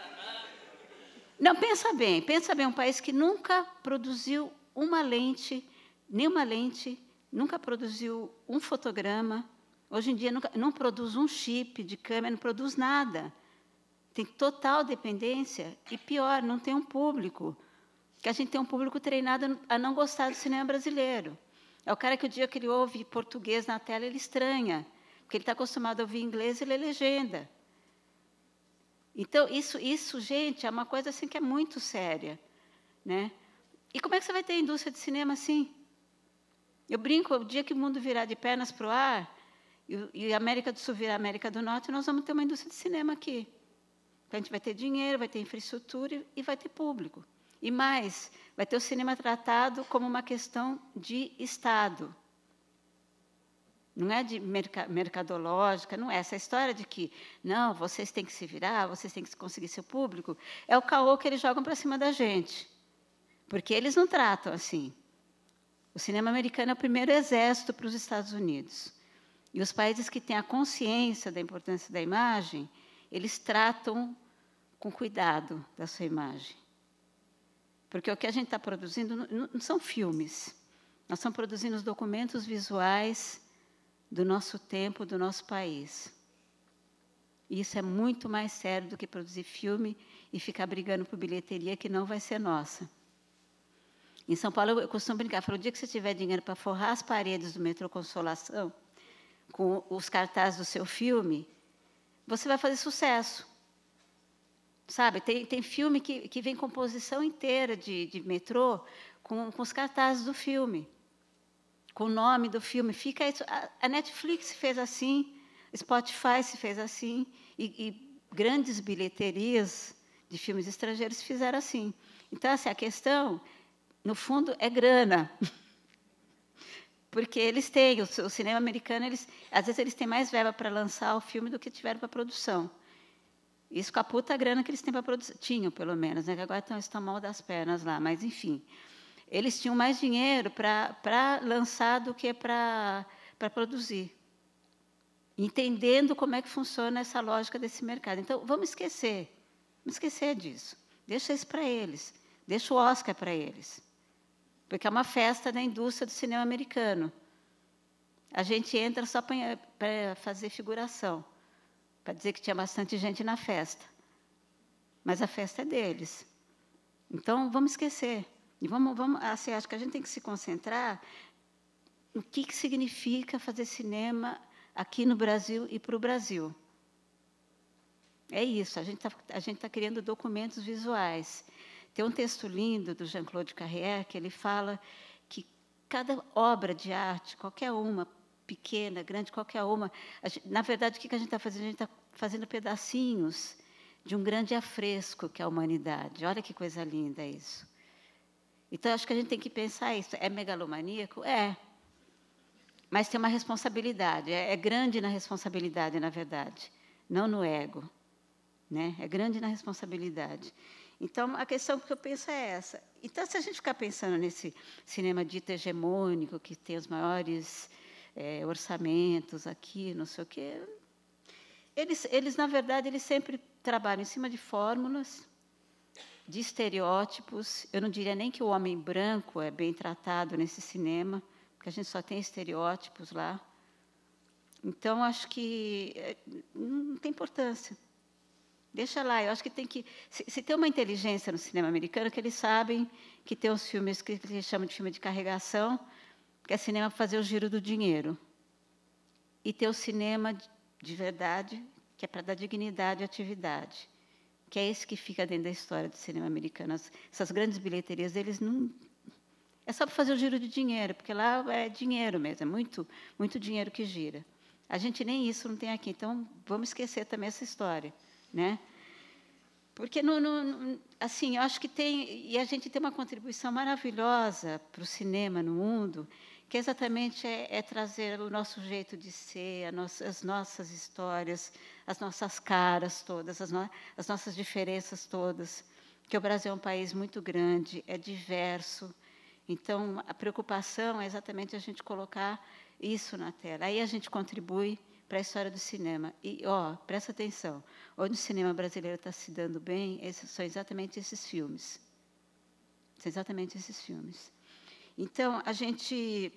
Não, pensa bem, pensa bem, um país que nunca produziu uma lente, nenhuma lente, nunca produziu um fotograma, hoje em dia nunca, não produz um chip de câmera, não produz nada. Tem total dependência, e pior, não tem um público. Que a gente tem um público treinado a não gostar do cinema brasileiro. É o cara que o dia que ele ouve português na tela, ele estranha, porque ele está acostumado a ouvir inglês e ler legenda. Então, isso, isso, gente, é uma coisa assim, que é muito séria. Né? E como é que você vai ter a indústria de cinema assim? Eu brinco, o dia que o mundo virar de pernas para o ar, E, e a América do Sul virar a América do Norte, nós vamos ter uma indústria de cinema aqui. A gente vai ter dinheiro, vai ter infraestrutura e, e vai ter público. E mais, vai ter o cinema tratado como uma questão de Estado. Não é de merca, mercadológica, não é. Essa história de que, não, vocês têm que se virar, vocês têm que conseguir seu público, é o caô que eles jogam para cima da gente. Porque eles não tratam assim. O cinema americano é o primeiro exército para os Estados Unidos. E os países que têm a consciência da importância da imagem, eles tratam com cuidado da sua imagem. Porque o que a gente está produzindo não, não são filmes. Nós estamos produzindo os documentos visuais do nosso tempo, do nosso país. E isso é muito mais sério do que produzir filme e ficar brigando por bilheteria que não vai ser nossa. Em São Paulo, eu costumo brincar, falo, o dia que você tiver dinheiro para forrar as paredes do metrô Consolação com os cartazes do seu filme, você vai fazer sucesso. Sabe, tem, tem filme que, que vem composição inteira de, de metrô com, com os cartazes do filme, com o nome do filme. Fica isso. A, a Netflix fez assim, Spotify se fez assim, e, e grandes bilheterias de filmes estrangeiros fizeram assim. Então, assim, a questão, no fundo, é grana. Porque eles têm, o, o cinema americano, eles, às vezes eles têm mais verba para lançar o filme do que tiveram para a produção. Isso com a puta grana que eles têm para produzir. Tinham, pelo menos, né? Que agora estão, estão mal das pernas lá, mas, enfim. Eles tinham mais dinheiro para lançar do que para produzir. Entendendo como é que funciona essa lógica desse mercado. Então, vamos esquecer. Vamos esquecer disso. Deixa isso para eles. Deixa o Oscar para eles. Porque é uma festa da indústria do cinema americano. A gente entra só para fazer figuração, para dizer que tinha bastante gente na festa. Mas a festa é deles. Então, vamos esquecer. E vamos, vamos, assim, acho que a gente tem que se concentrar no que, que significa fazer cinema aqui no Brasil e para o Brasil. É isso, a gente está a gente tá criando documentos visuais. Tem um texto lindo do Jean-Claude Carrière, que ele fala que cada obra de arte, qualquer uma, pequena, grande, qualquer uma, gente, na verdade, o que a gente está fazendo? A gente está fazendo pedacinhos de um grande afresco que é a humanidade. Olha que coisa linda isso. Então, acho que a gente tem que pensar isso. É megalomaníaco? É. Mas tem uma responsabilidade. É, é grande na responsabilidade, na verdade, não no ego. Né? É grande na responsabilidade. Então, a questão que eu penso é essa. Então, se a gente ficar pensando nesse cinema dito hegemônico, que tem os maiores é, orçamentos aqui, não sei o quê, eles, eles, na verdade, eles sempre trabalham em cima de fórmulas, de estereótipos. Eu não diria nem que o homem branco é bem tratado nesse cinema, porque a gente só tem estereótipos lá. Então, acho que não tem importância. Deixa lá, eu acho que tem que... Se, se tem uma inteligência no cinema americano, que eles sabem que tem os filmes que eles chamam de filme de carregação, que é cinema para fazer o giro do dinheiro. E tem o cinema de, de verdade, que é para dar dignidade à atividade, que é esse que fica dentro da história do cinema americano. As, essas grandes bilheterias, eles não... É só para fazer o giro de dinheiro, porque lá é dinheiro mesmo, é muito, muito dinheiro que gira. A gente nem isso não tem aqui, então vamos esquecer também essa história. Né? Porque, no, no, assim, eu acho que tem... E a gente tem uma contribuição maravilhosa para o cinema no mundo, que exatamente é, é trazer o nosso jeito de ser, a nossa, as nossas histórias, as nossas caras todas, as, no, as nossas diferenças todas. Porque o Brasil é um país muito grande, é diverso. Então, a preocupação é exatamente a gente colocar isso na tela. Aí a gente contribui para a história do cinema. E, ó, presta atenção, onde o cinema brasileiro está se dando bem, esses, são exatamente esses filmes. São exatamente esses filmes. Então, a gente...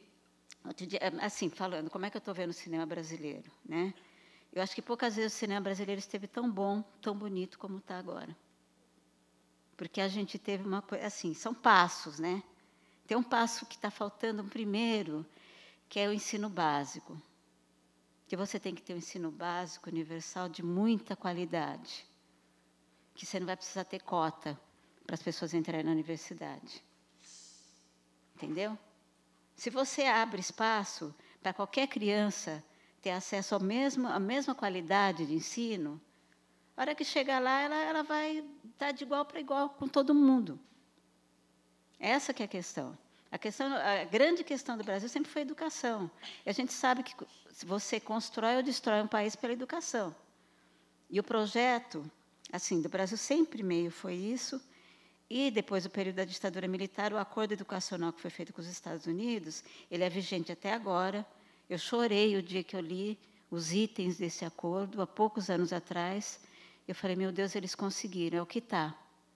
Assim, falando, como é que eu estou vendo o cinema brasileiro? Né? Eu acho que poucas vezes o cinema brasileiro esteve tão bom, tão bonito como está agora. Porque a gente teve uma coisa... Assim, são passos, né? Tem um passo que está faltando, um primeiro, que é o ensino básico. Que você tem que ter um ensino básico, universal, de muita qualidade. Que você não vai precisar ter cota para as pessoas entrarem na universidade. Entendeu? Se você abre espaço para qualquer criança ter acesso ao mesmo, à mesma qualidade de ensino, a hora que chegar lá, ela, ela vai estar de igual para igual com todo mundo. Essa que é a questão. A, questão. a grande questão do Brasil sempre foi a educação. E a gente sabe que você constrói ou destrói um país pela educação. E o projeto assim, do Brasil sempre meio foi isso. E, depois do período da ditadura militar, o acordo educacional que foi feito com os Estados Unidos, ele é vigente até agora. Eu chorei o dia que eu li os itens desse acordo, há poucos anos atrás. Eu falei, meu Deus, eles conseguiram, é o que está.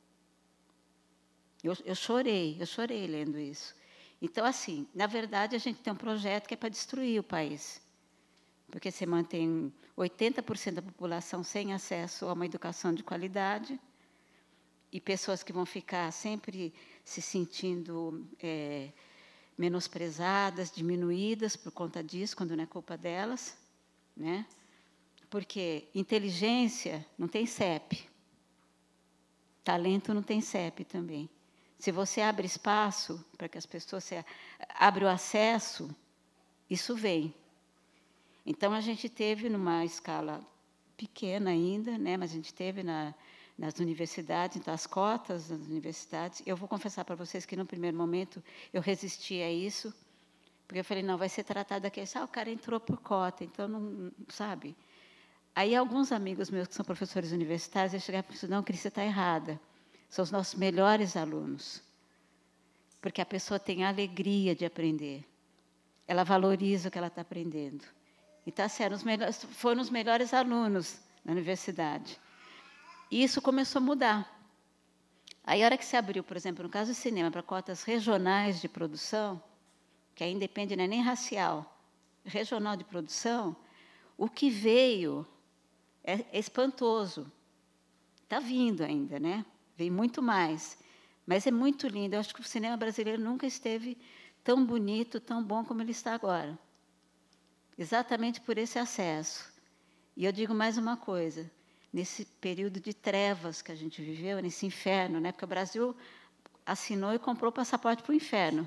Eu, eu chorei, eu chorei lendo isso. Então, assim, na verdade, a gente tem um projeto que é para destruir o país. Porque você mantém oitenta por cento da população sem acesso a uma educação de qualidade, e pessoas que vão ficar sempre se sentindo é, menosprezadas, diminuídas por conta disso, quando não é culpa delas, né? Porque inteligência não tem C E P, talento não tem C E P também. Se você abre espaço para que as pessoas se, abre o acesso, isso vem. Então a gente teve numa escala pequena ainda, né? Mas a gente teve na nas universidades, então, as cotas das universidades. Eu vou confessar para vocês que, no primeiro momento, eu resisti a isso, porque eu falei, não, vai ser tratado aqui, ah, o cara entrou por cota, então, não sabe? Aí, alguns amigos meus, que são professores universitários, eles chegaram e falaram, não, Cris, você está errada, são os nossos melhores alunos, porque a pessoa tem a alegria de aprender, ela valoriza o que ela está aprendendo. Então, assim, eram os melhores, foram os melhores alunos na universidade. E isso começou a mudar. Aí, a hora que se abriu, por exemplo, no caso do cinema, para cotas regionais de produção, que aí independe, não é nem racial, regional de produção, o que veio é espantoso. Está vindo ainda, né? Vem muito mais. Mas é muito lindo. Eu acho que o cinema brasileiro nunca esteve tão bonito, tão bom como ele está agora. Exatamente por esse acesso. E eu digo mais uma coisa. Nesse período de trevas que a gente viveu, nesse inferno, né? Porque o Brasil assinou e comprou o passaporte para o inferno,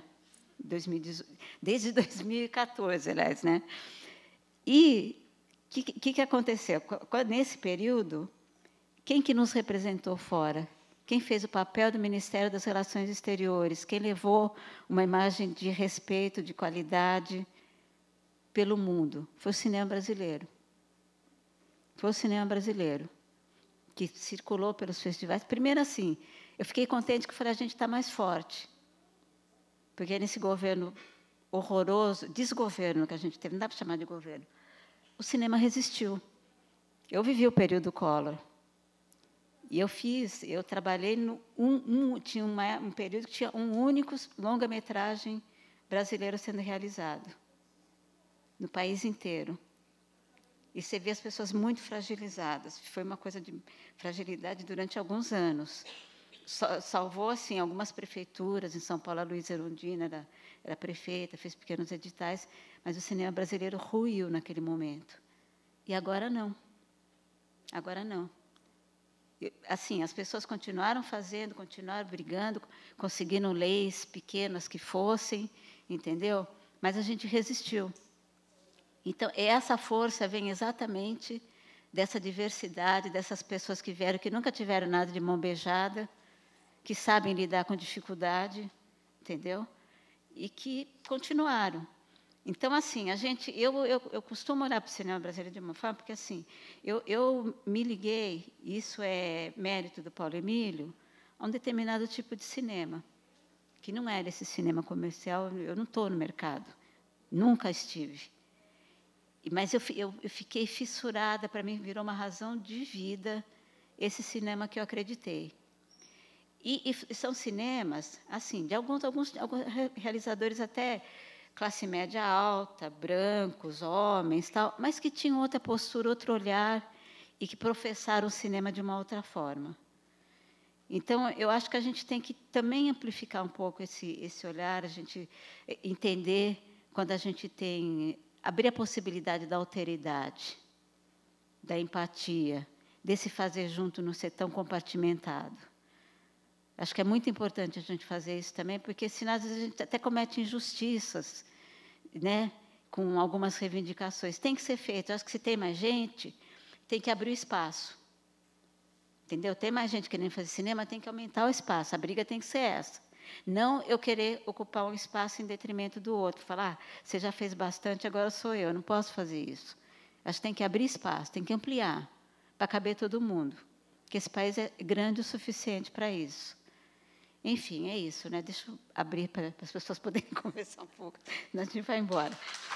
desde dois mil e quatorze, aliás. Né? E o que, que, que aconteceu? Nesse período, quem que nos representou fora? Quem fez o papel do Ministério das Relações Exteriores? Quem levou uma imagem de respeito, de qualidade pelo mundo? Foi o cinema brasileiro. Foi o cinema brasileiro que circulou pelos festivais. Primeiro, assim, eu fiquei contente que eu falei, a gente está mais forte. Porque nesse governo horroroso, desgoverno que a gente teve, não dá para chamar de governo, o cinema resistiu. Eu vivi o período Collor. E eu fiz, eu trabalhei no um, um tinha uma, um período que tinha um único longa-metragem brasileiro sendo realizado no país inteiro. E você vê as pessoas muito fragilizadas. Foi uma coisa de fragilidade durante alguns anos. Salvou, assim, algumas prefeituras. Em São Paulo, a Luísa Erundina era, era prefeita, fez pequenos editais, mas o cinema brasileiro ruiu naquele momento. E agora não. Agora não. Assim, as pessoas continuaram fazendo, continuaram brigando, conseguindo leis pequenas que fossem, entendeu? Mas a gente resistiu. Então, essa força vem exatamente dessa diversidade, dessas pessoas que vieram, que nunca tiveram nada de mão beijada, que sabem lidar com dificuldade, entendeu? E que continuaram. Então, assim, a gente, eu, eu, eu costumo olhar para o cinema brasileiro de uma forma, porque, assim, eu, eu me liguei, isso é mérito do Paulo Emílio, a um determinado tipo de cinema, que não era esse cinema comercial, eu não estou no mercado, nunca estive. Mas eu, eu, eu fiquei fissurada, para mim virou uma razão de vida esse cinema que eu acreditei. E, e são cinemas, assim, de alguns, alguns, alguns realizadores até classe média alta, brancos, homens, tal, mas que tinham outra postura, outro olhar, e que professaram o cinema de uma outra forma. Então, eu acho que a gente tem que também amplificar um pouco esse, esse olhar, a gente entender quando a gente tem... abrir a possibilidade da alteridade, da empatia, desse fazer junto, não ser tão compartimentado. Acho que é muito importante a gente fazer isso também, porque, senão, às vezes, a gente até comete injustiças, né? com algumas reivindicações. Tem que ser feito. Eu acho que se tem mais gente, tem que abrir o espaço. Entendeu? Tem mais gente querendo fazer cinema, tem que aumentar o espaço. A briga tem que ser essa. Não eu querer ocupar um espaço em detrimento do outro. Falar, ah, você já fez bastante, agora sou eu, não posso fazer isso. Acho que tem que abrir espaço, tem que ampliar, para caber todo mundo. Porque esse país é grande o suficiente para isso. Enfim, é isso, né? Deixa eu abrir para, para as pessoas poderem conversar um pouco, senão a gente vai embora.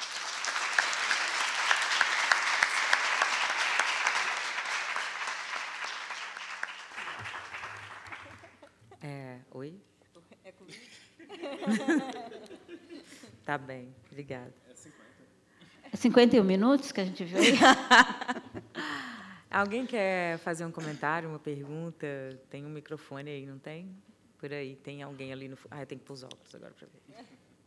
É, oi? É comigo? Tá bem, obrigada. É cinquenta. É cinquenta e um minutos que a gente viu aí? Alguém quer fazer um comentário, uma pergunta? Tem um microfone aí, não tem? Por aí, tem alguém ali no... Ah, eu tenho que pôr os óculos agora para ver.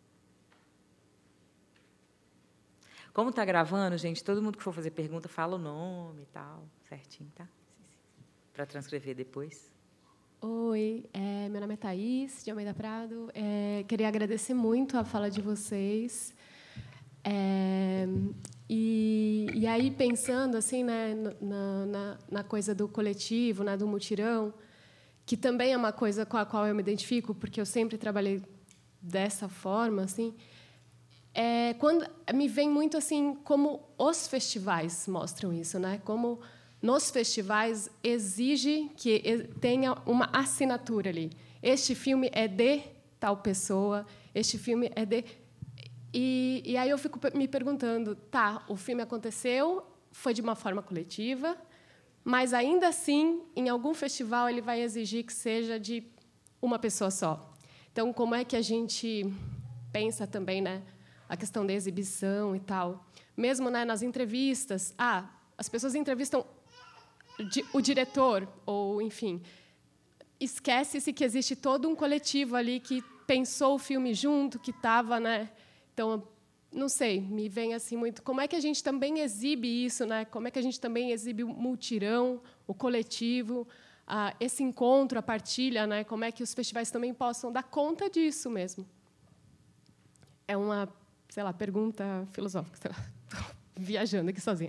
Como está gravando, gente, todo mundo que for fazer pergunta, fala o nome e tal, certinho, tá? Para transcrever depois. Oi, é, meu nome é Thaís, de Almeida Prado. É, queria agradecer muito a fala de vocês. É, e, e aí, pensando assim, né, na, na, na coisa do coletivo, né, do mutirão, que também é uma coisa com a qual eu me identifico, porque eu sempre trabalhei dessa forma, assim, é, quando me vem muito assim como os festivais mostram isso, né? Como nos festivais exige que tenha uma assinatura ali. Este filme é de tal pessoa, este filme é de... E, e aí eu fico me perguntando, tá, o filme aconteceu, foi de uma forma coletiva, mas, ainda assim, em algum festival, ele vai exigir que seja de uma pessoa só. Então, como é que a gente pensa também, né, a questão da exibição e tal? Mesmo, né, nas entrevistas, ah, as pessoas entrevistam o diretor, ou, enfim, esquece-se que existe todo um coletivo ali que pensou o filme junto, que estava, né? Então, não sei, me vem assim muito. Como é que a gente também exibe isso, né? Como é que a gente também exibe o multirão, o coletivo, ah, esse encontro, a partilha, né? Como é que os festivais também possam dar conta disso mesmo? É uma, sei lá, pergunta filosófica. Estou viajando aqui sozinha.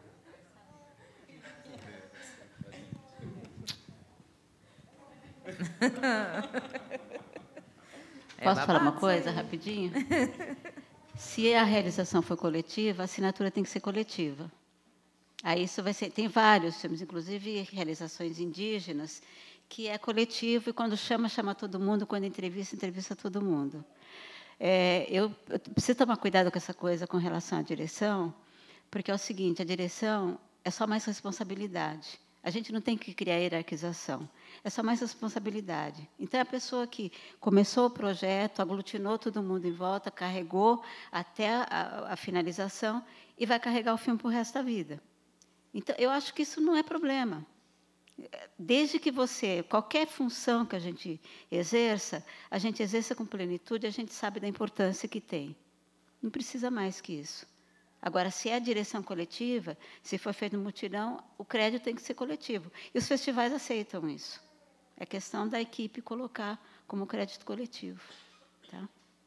Posso falar uma coisa rapidinho? Se a realização for coletiva, a assinatura tem que ser coletiva. Aí isso vai ser, tem vários filmes, inclusive realizações indígenas, que é coletivo e quando chama chama todo mundo, quando entrevista entrevista todo mundo. É, eu, eu preciso tomar cuidado com essa coisa com relação à direção, porque é o seguinte: a direção é só mais responsabilidade. A gente não tem que criar hierarquização, é só mais responsabilidade. Então, é a pessoa que começou o projeto, aglutinou todo mundo em volta, carregou até a, a finalização e vai carregar o filme para o resto da vida. Então, eu acho que isso não é problema. Desde que você, qualquer função que a gente exerça, a gente exerça com plenitude, a gente sabe da importância que tem. Não precisa mais que isso. Agora, se é a direção coletiva, se for feito no mutirão, o crédito tem que ser coletivo. E os festivais aceitam isso. É questão da equipe colocar como crédito coletivo. Tá?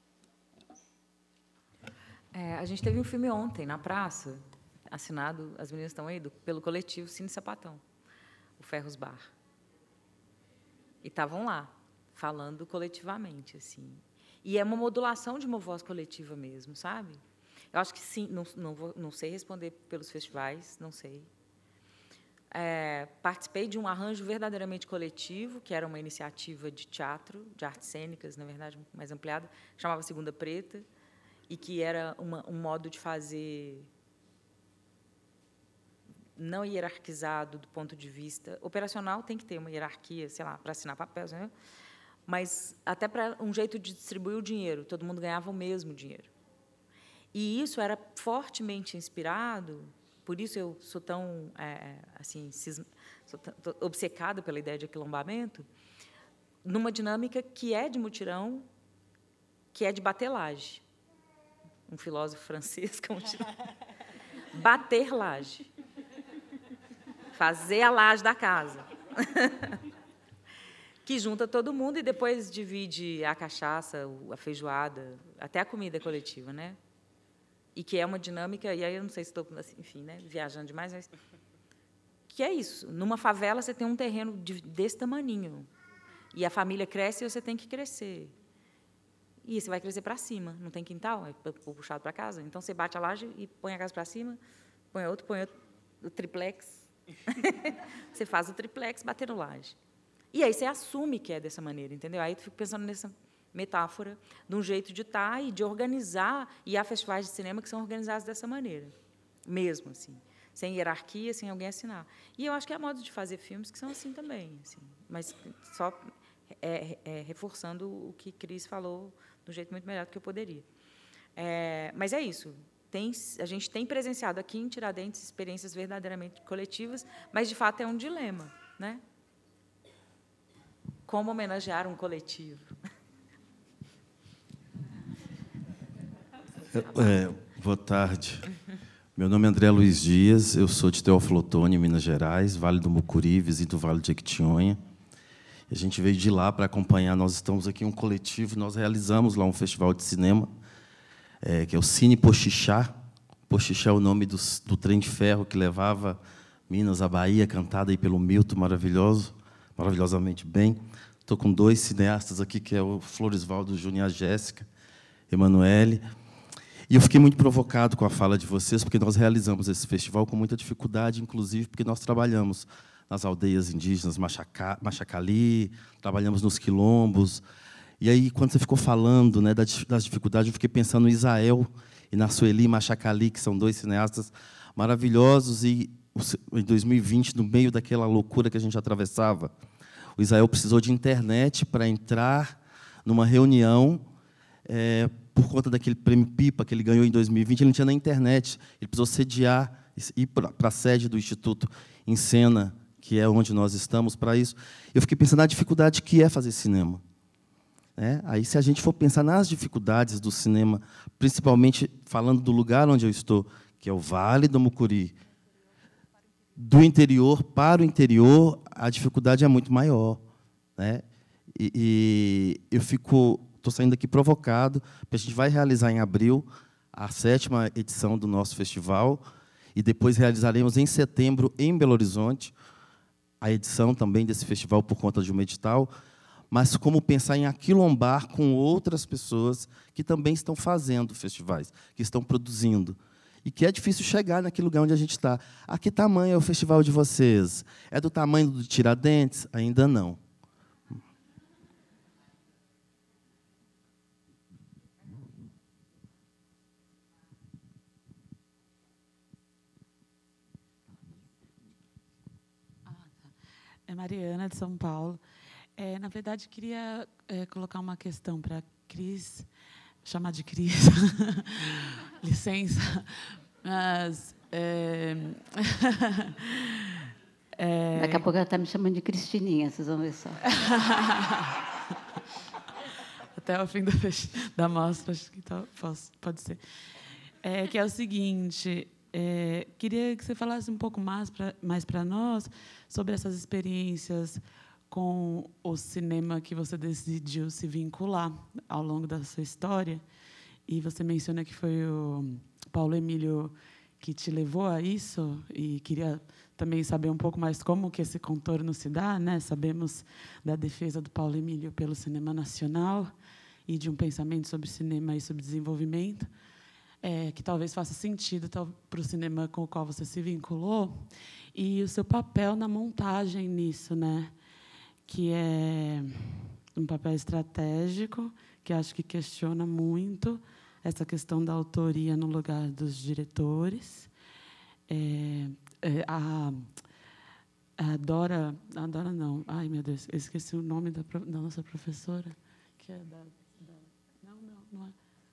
É, a gente teve um filme ontem, na praça, assinado, as meninas estão aí, do, pelo coletivo Cine Sapatão, o Ferros Bar. E estavam lá, falando coletivamente. Assim. E é uma modulação de uma voz coletiva mesmo, sabe? Eu acho que sim, não, não, vou, não sei responder pelos festivais, não sei. É, participei de um arranjo verdadeiramente coletivo, que era uma iniciativa de teatro, de artes cênicas, na verdade, mais ampliada, chamava Segunda Preta, e que era uma, um modo de fazer não hierarquizado do ponto de vista operacional, tem que ter uma hierarquia, sei lá, para assinar papéis, né? Mas até para um jeito de distribuir o dinheiro, todo mundo ganhava o mesmo dinheiro. E isso era fortemente inspirado, por isso eu sou tão é, assim, cisma, sou tão obcecada pela ideia de aquilombamento, numa dinâmica que é de mutirão, que é de bater laje. Um filósofo francês, como bater laje. Fazer a laje da casa. Que junta todo mundo e depois divide a cachaça, a feijoada, até a comida coletiva, né? e que é uma dinâmica, e aí eu não sei se estou, assim, enfim, né, viajando demais, mas que é isso. Numa favela, você tem um terreno de, desse tamaninho, e a família cresce e você tem que crescer. E você vai crescer para cima, não tem quintal, é puxado para casa. Então, você bate a laje e põe a casa para cima, põe outro, põe outro, o triplex. Você faz o triplex batendo laje. E aí você assume que é dessa maneira, entendeu? Aí eu fico pensando nessa metáfora de um jeito de estar e de organizar, e há festivais de cinema que são organizados dessa maneira, mesmo, assim, sem hierarquia, sem alguém assinar. E eu acho que há modos de fazer filmes que são assim também, assim, mas só é, é, reforçando o que Cris falou de um jeito muito melhor do que eu poderia. É, mas é isso. Tem, a gente tem presenciado aqui em Tiradentes experiências verdadeiramente coletivas, mas, de fato, é um dilema, né? Como homenagear um coletivo? É, boa tarde. Meu nome é André Luiz Dias, eu sou de Teófilo Otoni, Minas Gerais, Vale do Mucuri, visito o Vale de Jequitinhonha. A gente veio de lá para acompanhar, nós estamos aqui em um coletivo, nós realizamos lá um festival de cinema, é, que é o Cine Poxixá. Poxixá é o nome do, do trem de ferro que levava Minas à Bahia, cantada aí pelo Milton, maravilhoso, maravilhosamente bem. Estou com dois cineastas aqui, que é o Floresvaldo Júnior e a Jéssica Emanuele. E eu fiquei muito provocado com a fala de vocês, porque nós realizamos esse festival com muita dificuldade, inclusive porque nós trabalhamos nas aldeias indígenas Machaca, Machacali, trabalhamos nos quilombos. E aí, quando você ficou falando, né, das dificuldades, eu fiquei pensando no Isael e na Sueli Machacali, que são dois cineastas maravilhosos, e em dois mil e vinte, no meio daquela loucura que a gente atravessava, o Isael precisou de internet para entrar numa reunião, é, por conta daquele prêmio Pipa que ele ganhou em dois mil e vinte, ele não tinha nem internet. Ele precisou sediar, ir para a sede do Instituto em Sena, que é onde nós estamos, para isso. Eu fiquei pensando na dificuldade que é fazer cinema. É, aí, se a gente for pensar nas dificuldades do cinema, principalmente falando do lugar onde eu estou, que é o Vale do Mucuri, do interior para o interior, a dificuldade é muito maior, né? E, e eu fico, estou saindo aqui provocado, porque a gente vai realizar em abril a sétima edição do nosso festival, e depois realizaremos em setembro, em Belo Horizonte, a edição também desse festival por conta de um edital, mas como pensar em aquilombar com outras pessoas que também estão fazendo festivais, que estão produzindo. E que é difícil chegar naquele lugar onde a gente está. A que tamanho é o festival de vocês? É do tamanho do Tiradentes? Ainda não. É Mariana, de São Paulo. É, na verdade, queria é, colocar uma questão para a Cris, chamar de Cris, licença, mas... É, é, Daqui a pouco ela está me chamando de Cristininha, vocês vão ver só. Até o fim do, da mostra, acho que tá, posso, pode ser. É, que é o seguinte... É, queria que você falasse um pouco mais para mais para nós sobre essas experiências com o cinema que você decidiu se vincular ao longo da sua história. E você menciona que foi o Paulo Emílio que te levou a isso, e queria também saber um pouco mais como que esse contorno se dá, né? Sabemos da defesa do Paulo Emílio pelo cinema nacional e de um pensamento sobre cinema e sobre desenvolvimento. É, que talvez faça sentido para o cinema com o qual você se vinculou, e o seu papel na montagem nisso, né? Que é um papel estratégico, que acho que questiona muito essa questão da autoria no lugar dos diretores. É, é, a, a Dora... A Dora não. Ai, meu Deus, eu esqueci o nome da, da nossa professora, que é da... da não, não, não é.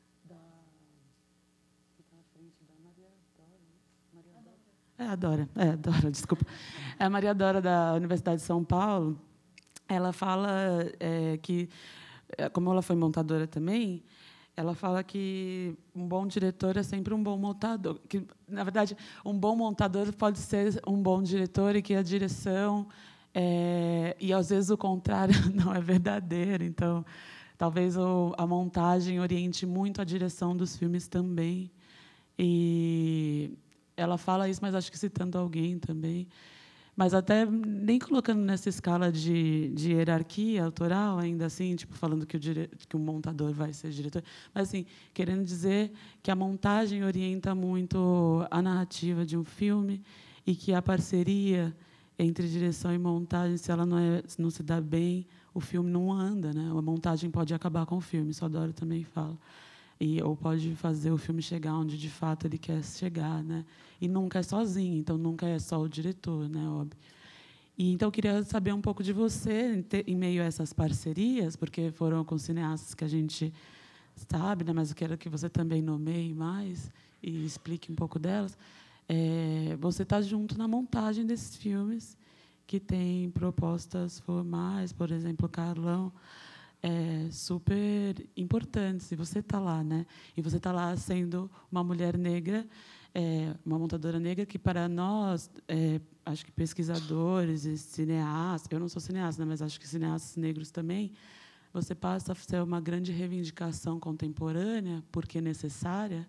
É a Dora, é a Dora, desculpa. É a Maria Dora, da Universidade de São Paulo. Ela fala é, que, como ela foi montadora também, ela fala que um bom diretor é sempre um bom montador. Que, na verdade, um bom montador pode ser um bom diretor, e que a direção... É, e, às vezes, o contrário não é verdadeiro. Então, talvez o, a montagem oriente muito a direção dos filmes também. E ela fala isso, mas acho que citando alguém também. Mas até nem colocando nessa escala de, de hierarquia autoral, ainda assim, tipo, falando que o, dire, que o montador vai ser diretor, mas assim, querendo dizer que a montagem orienta muito a narrativa de um filme e que a parceria entre direção e montagem, se ela não, é, não se dá bem, o filme não anda, né? A montagem pode acabar com o filme, isso a Dora também fala. E, ou pode fazer o filme chegar onde, de fato, ele quer chegar, né? E nunca é sozinho, então nunca é só o diretor, né? Óbvio. E, então, eu queria saber um pouco de você, em, te, em meio a essas parcerias, porque foram com cineastas que a gente sabe, né? Mas eu quero que você também nomeie mais e explique um pouco delas. É, você está junto na montagem desses filmes, que tem propostas formais, por exemplo, Carlão, É, super importantes, e você está lá, né? E você está lá sendo uma mulher negra, é, uma montadora negra que, para nós, é, acho que pesquisadores e cineastas, eu não sou cineasta, mas acho que cineastas negros também, você passa a ser uma grande reivindicação contemporânea, porque necessária,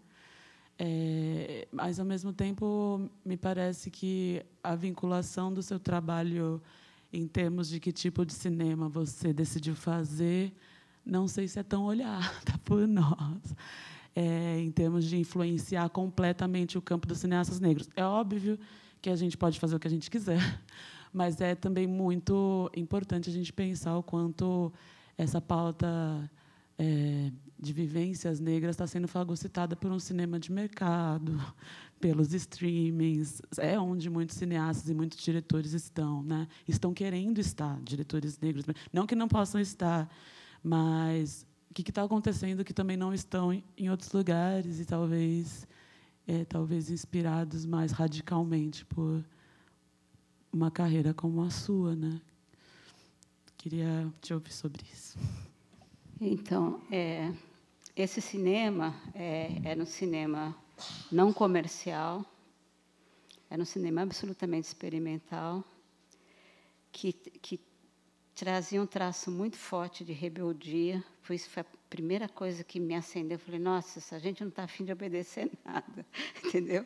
é, mas, ao mesmo tempo, me parece que a vinculação do seu trabalho em termos de que tipo de cinema você decidiu fazer, não sei se é tão olhada por nós, é, em termos de influenciar completamente o campo dos cineastas negros. É óbvio que a gente pode fazer o que a gente quiser, mas é também muito importante a gente pensar o quanto essa pauta é, de vivências negras está sendo fagocitada por um cinema de mercado, pelos streamings, é onde muitos cineastas e muitos diretores estão, né? Estão querendo estar, diretores negros. Não que não possam estar, mas o que está acontecendo que também não estão em outros lugares e talvez, é, talvez inspirados mais radicalmente por uma carreira como a sua, né? Queria te ouvir sobre isso. Então, é, esse cinema é, era um cinema não comercial, era um cinema absolutamente experimental, que, que trazia um traço muito forte de rebeldia. Foi, isso foi a primeira coisa que me acendeu. Eu falei, nossa, essa gente não está a fim de obedecer nada, entendeu?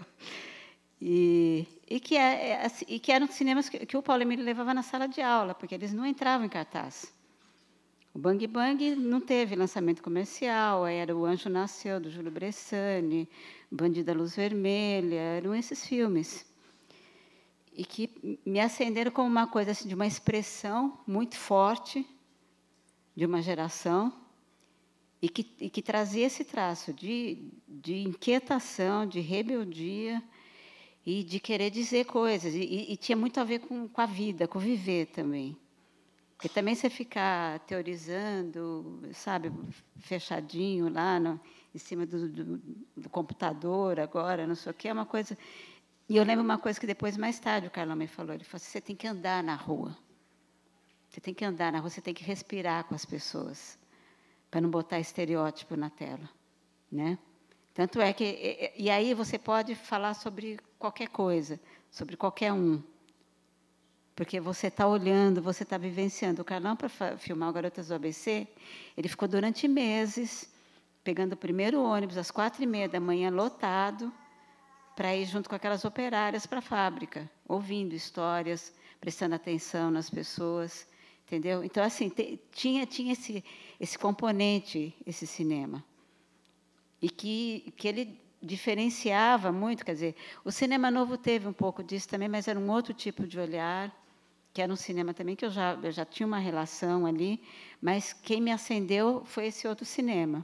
E, e, que, é, é, e que eram cinemas que, que o Paulo Emílio levava na sala de aula, porque eles não entravam em cartaz. O Bang Bang não teve lançamento comercial, era O Anjo Nasceu, do Júlio Bressani, Bandida Luz Vermelha, eram esses filmes. E que me acenderam como uma coisa assim, de uma expressão muito forte de uma geração e que, e que trazia esse traço de, de inquietação, de rebeldia e de querer dizer coisas. E, e, e tinha muito a ver com, com a vida, com o viver também. Porque também você ficar teorizando, sabe, fechadinho lá no, em cima do, do, do computador agora, não sei o quê, é uma coisa... E eu lembro uma coisa que depois, mais tarde, o Carlão me falou, ele falou assim, você tem que andar na rua. Você tem que andar na rua, você tem que respirar com as pessoas, para não botar estereótipo na tela, né? Tanto é que... E, e aí você pode falar sobre qualquer coisa, sobre qualquer um, porque você está olhando, você está vivenciando. O Carlão, para filmar o Garotas do A B C, ele ficou durante meses pegando o primeiro ônibus às quatro e meia da manhã, lotado, para ir junto com aquelas operárias para a fábrica, ouvindo histórias, prestando atenção nas pessoas, entendeu? Então, assim, tinha, tinha esse, esse componente, esse cinema, e que, que ele diferenciava muito, quer dizer, o cinema novo teve um pouco disso também, mas era um outro tipo de olhar, que era um cinema também que eu já, eu já tinha uma relação ali, mas quem me acendeu foi esse outro cinema.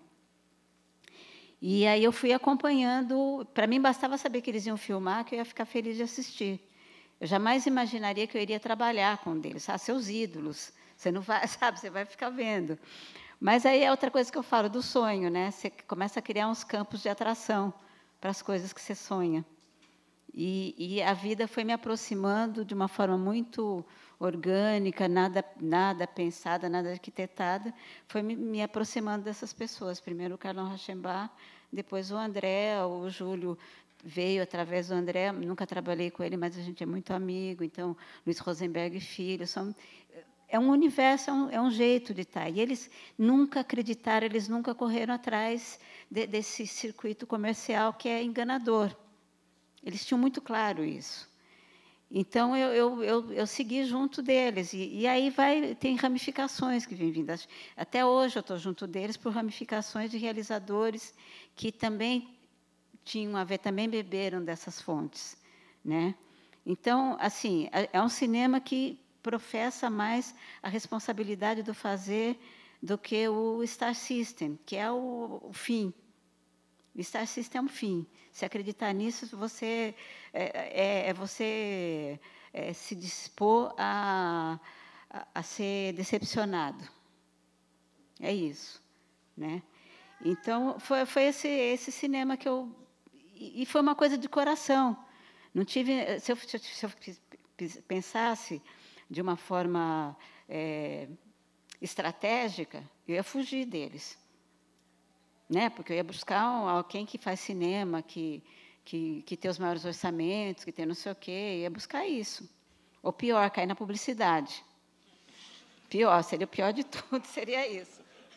E aí eu fui acompanhando, para mim bastava saber que eles iam filmar, que eu ia ficar feliz de assistir. Eu jamais imaginaria que eu iria trabalhar com eles, ah, seus ídolos, você não vai, sabe, você vai ficar vendo. Mas aí é outra coisa que eu falo do sonho, né? Você começa a criar uns campos de atração para as coisas que você sonha. E, e a vida foi me aproximando de uma forma muito orgânica, nada, nada pensada, nada arquitetada, foi me, me aproximando dessas pessoas. Primeiro o Carlão Rauschenbach, depois o André, o Júlio veio através do André, nunca trabalhei com ele, mas a gente é muito amigo, então, Luiz Rosenberg Filho, são, é um universo, é um, é um jeito de estar. E eles nunca acreditaram, eles nunca correram atrás de, desse circuito comercial que é enganador. Eles tinham muito claro isso. Então, eu, eu, eu, eu segui junto deles. E, e aí vai, tem ramificações que vêm vindo. Até hoje eu estou junto deles por ramificações de realizadores que também tinham a ver, também beberam dessas fontes, né? Então, assim, é um cinema que professa mais a responsabilidade do fazer do que o Star System, que é o, o fim. O Star System é um fim. Se acreditar nisso, você é, é, é você é, se dispor a, a, a ser decepcionado. É isso, né? Então, foi, foi esse, esse cinema que eu... E foi uma coisa de coração. Não tive, se eu, se eu pensasse de uma forma é, estratégica, eu ia fugir deles, né? Porque eu ia buscar um, alguém que faz cinema, que, que, que tem os maiores orçamentos, que tem não sei o quê, eu ia buscar isso. Ou pior, cair na publicidade. Pior, seria o pior de tudo, seria isso.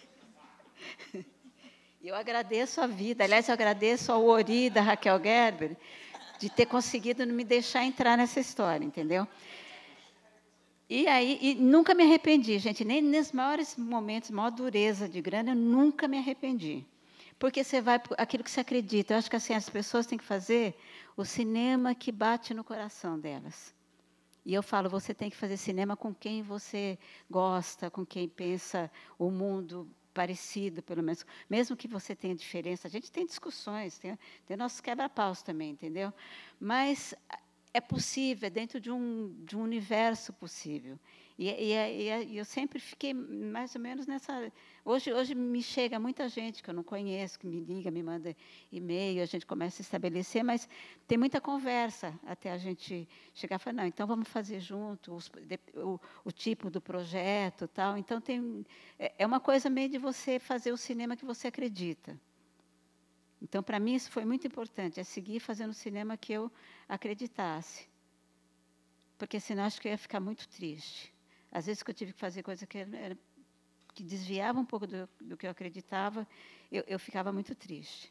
E eu agradeço a vida, aliás, eu agradeço ao Ori, da Raquel Gerber, de ter conseguido não me deixar entrar nessa história, entendeu? E aí, e nunca me arrependi, gente, nem nos maiores momentos, maior dureza de grana, eu nunca me arrependi. Porque você vai por aquilo que você acredita. Eu acho que assim, as pessoas têm que fazer o cinema que bate no coração delas. E eu falo, você tem que fazer cinema com quem você gosta, com quem pensa o mundo parecido, pelo menos. Mesmo que você tenha diferença, a gente tem discussões, tem, tem nossos quebra-paus também, entendeu? Mas é possível, é dentro de um, de um universo possível. E, e, e, e eu sempre fiquei mais ou menos nessa... Hoje, hoje me chega muita gente que eu não conheço, que me liga, me manda e-mail, a gente começa a estabelecer, mas tem muita conversa até a gente chegar e falar, não, então vamos fazer junto os, de, o, o tipo do projeto, tal. Então, tem, é uma coisa meio de você fazer o cinema que você acredita. Então, para mim, isso foi muito importante, é seguir fazendo o cinema que eu acreditasse. Porque, senão, acho que eu ia ficar muito triste. Às vezes, que eu tive que fazer coisa que, era, que desviava um pouco do, do que eu acreditava, eu, eu ficava muito triste.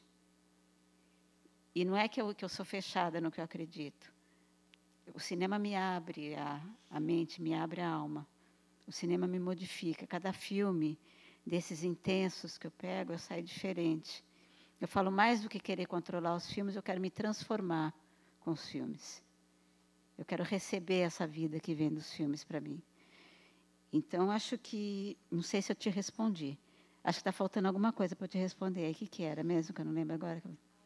E não é que eu, que eu sou fechada no que eu acredito. O cinema me abre a, a mente, me abre a alma. O cinema me modifica. Cada filme desses intensos que eu pego, eu saio diferente. Eu falo, mais do que querer controlar os filmes, eu quero me transformar com os filmes. Eu quero receber essa vida que vem dos filmes para mim. Então, acho que... Não sei se eu te respondi. Acho que está faltando alguma coisa para eu te responder. O que, que era mesmo, que eu não lembro agora?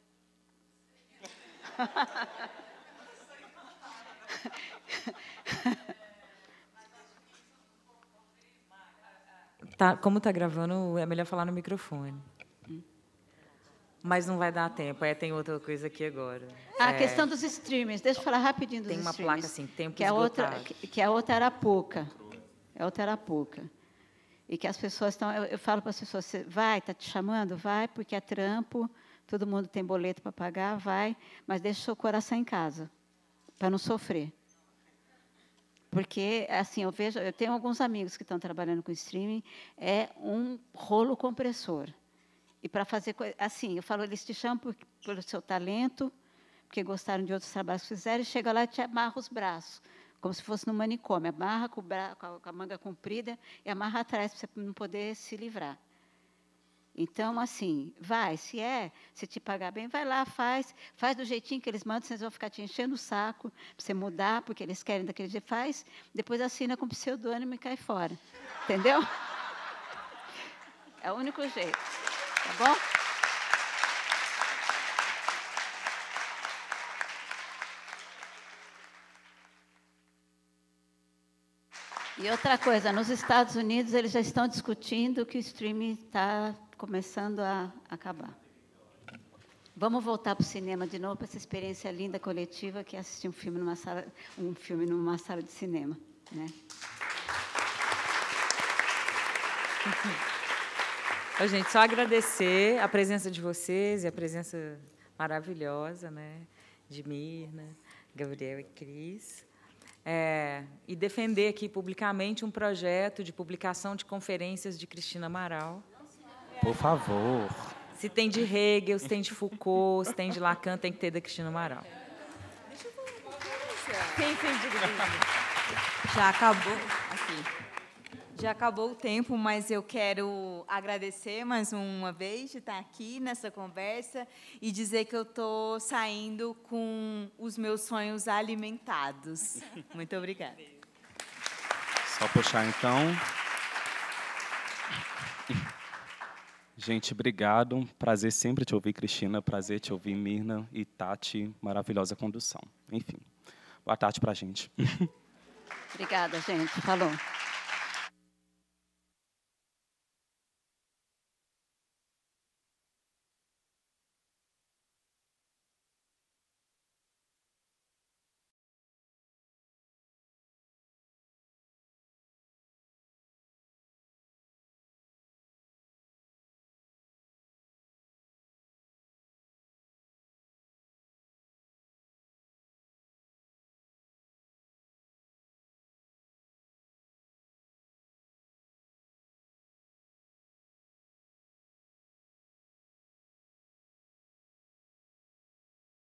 Tá, como está gravando, é melhor falar no microfone. Hum. Mas não vai dar tempo. É, tem outra coisa aqui agora. A é... questão dos streamings. Deixa eu falar rapidinho dos tem uma streamings. Placa assim, tempo que a outra, esgotado. que, que a outra era pouca. É outra era pouca. E que as pessoas estão... Eu, eu falo para as pessoas, vai, está te chamando? Vai, porque é trampo, todo mundo tem boleto para pagar, vai, mas deixa o seu coração em casa, para não sofrer. Porque, assim, eu vejo... Eu tenho alguns amigos que estão trabalhando com streaming, é um rolo compressor. E para fazer... Assim, eu falo, eles te chamam por, pelo seu talento, porque gostaram de outros trabalhos que fizeram, e chega lá e te amarra os braços, como se fosse no manicômio. Amarra com, o bra... com a manga comprida e amarra atrás, para você não poder se livrar. Então, assim, vai, se é, se te pagar bem, vai lá, faz, faz do jeitinho que eles mandam, vocês vão ficar te enchendo o saco, para você mudar, porque eles querem daquele jeito, faz, depois assina com pseudônimo e cai fora. Entendeu? É o único jeito. Tá bom? E outra coisa, nos Estados Unidos, eles já estão discutindo que o streaming está começando a acabar. Vamos voltar para o cinema de novo, para essa experiência linda, coletiva, que é assistir um filme numa sala, um filme numa sala de cinema, né? Ô, gente, só agradecer a presença de vocês e a presença maravilhosa, né, de Mirna, Gabriel e Cris. é, e defender aqui publicamente um projeto de publicação de conferências de Cristina Amaral. Por favor. Se tem de Hegel, se tem de Foucault, se tem de Lacan, tem que ter da Cristina Amaral. Quem tem de Já acabou. Aqui. Já acabou o tempo, mas eu quero agradecer mais uma vez de estar aqui nessa conversa e dizer que eu estou saindo com os meus sonhos alimentados. Muito obrigada. Só puxar, então. Gente, obrigado. Prazer sempre te ouvir, Cristina. Prazer te ouvir, Mirna e Tati. Maravilhosa condução. Enfim, boa tarde para a gente. Obrigada, gente. Falou.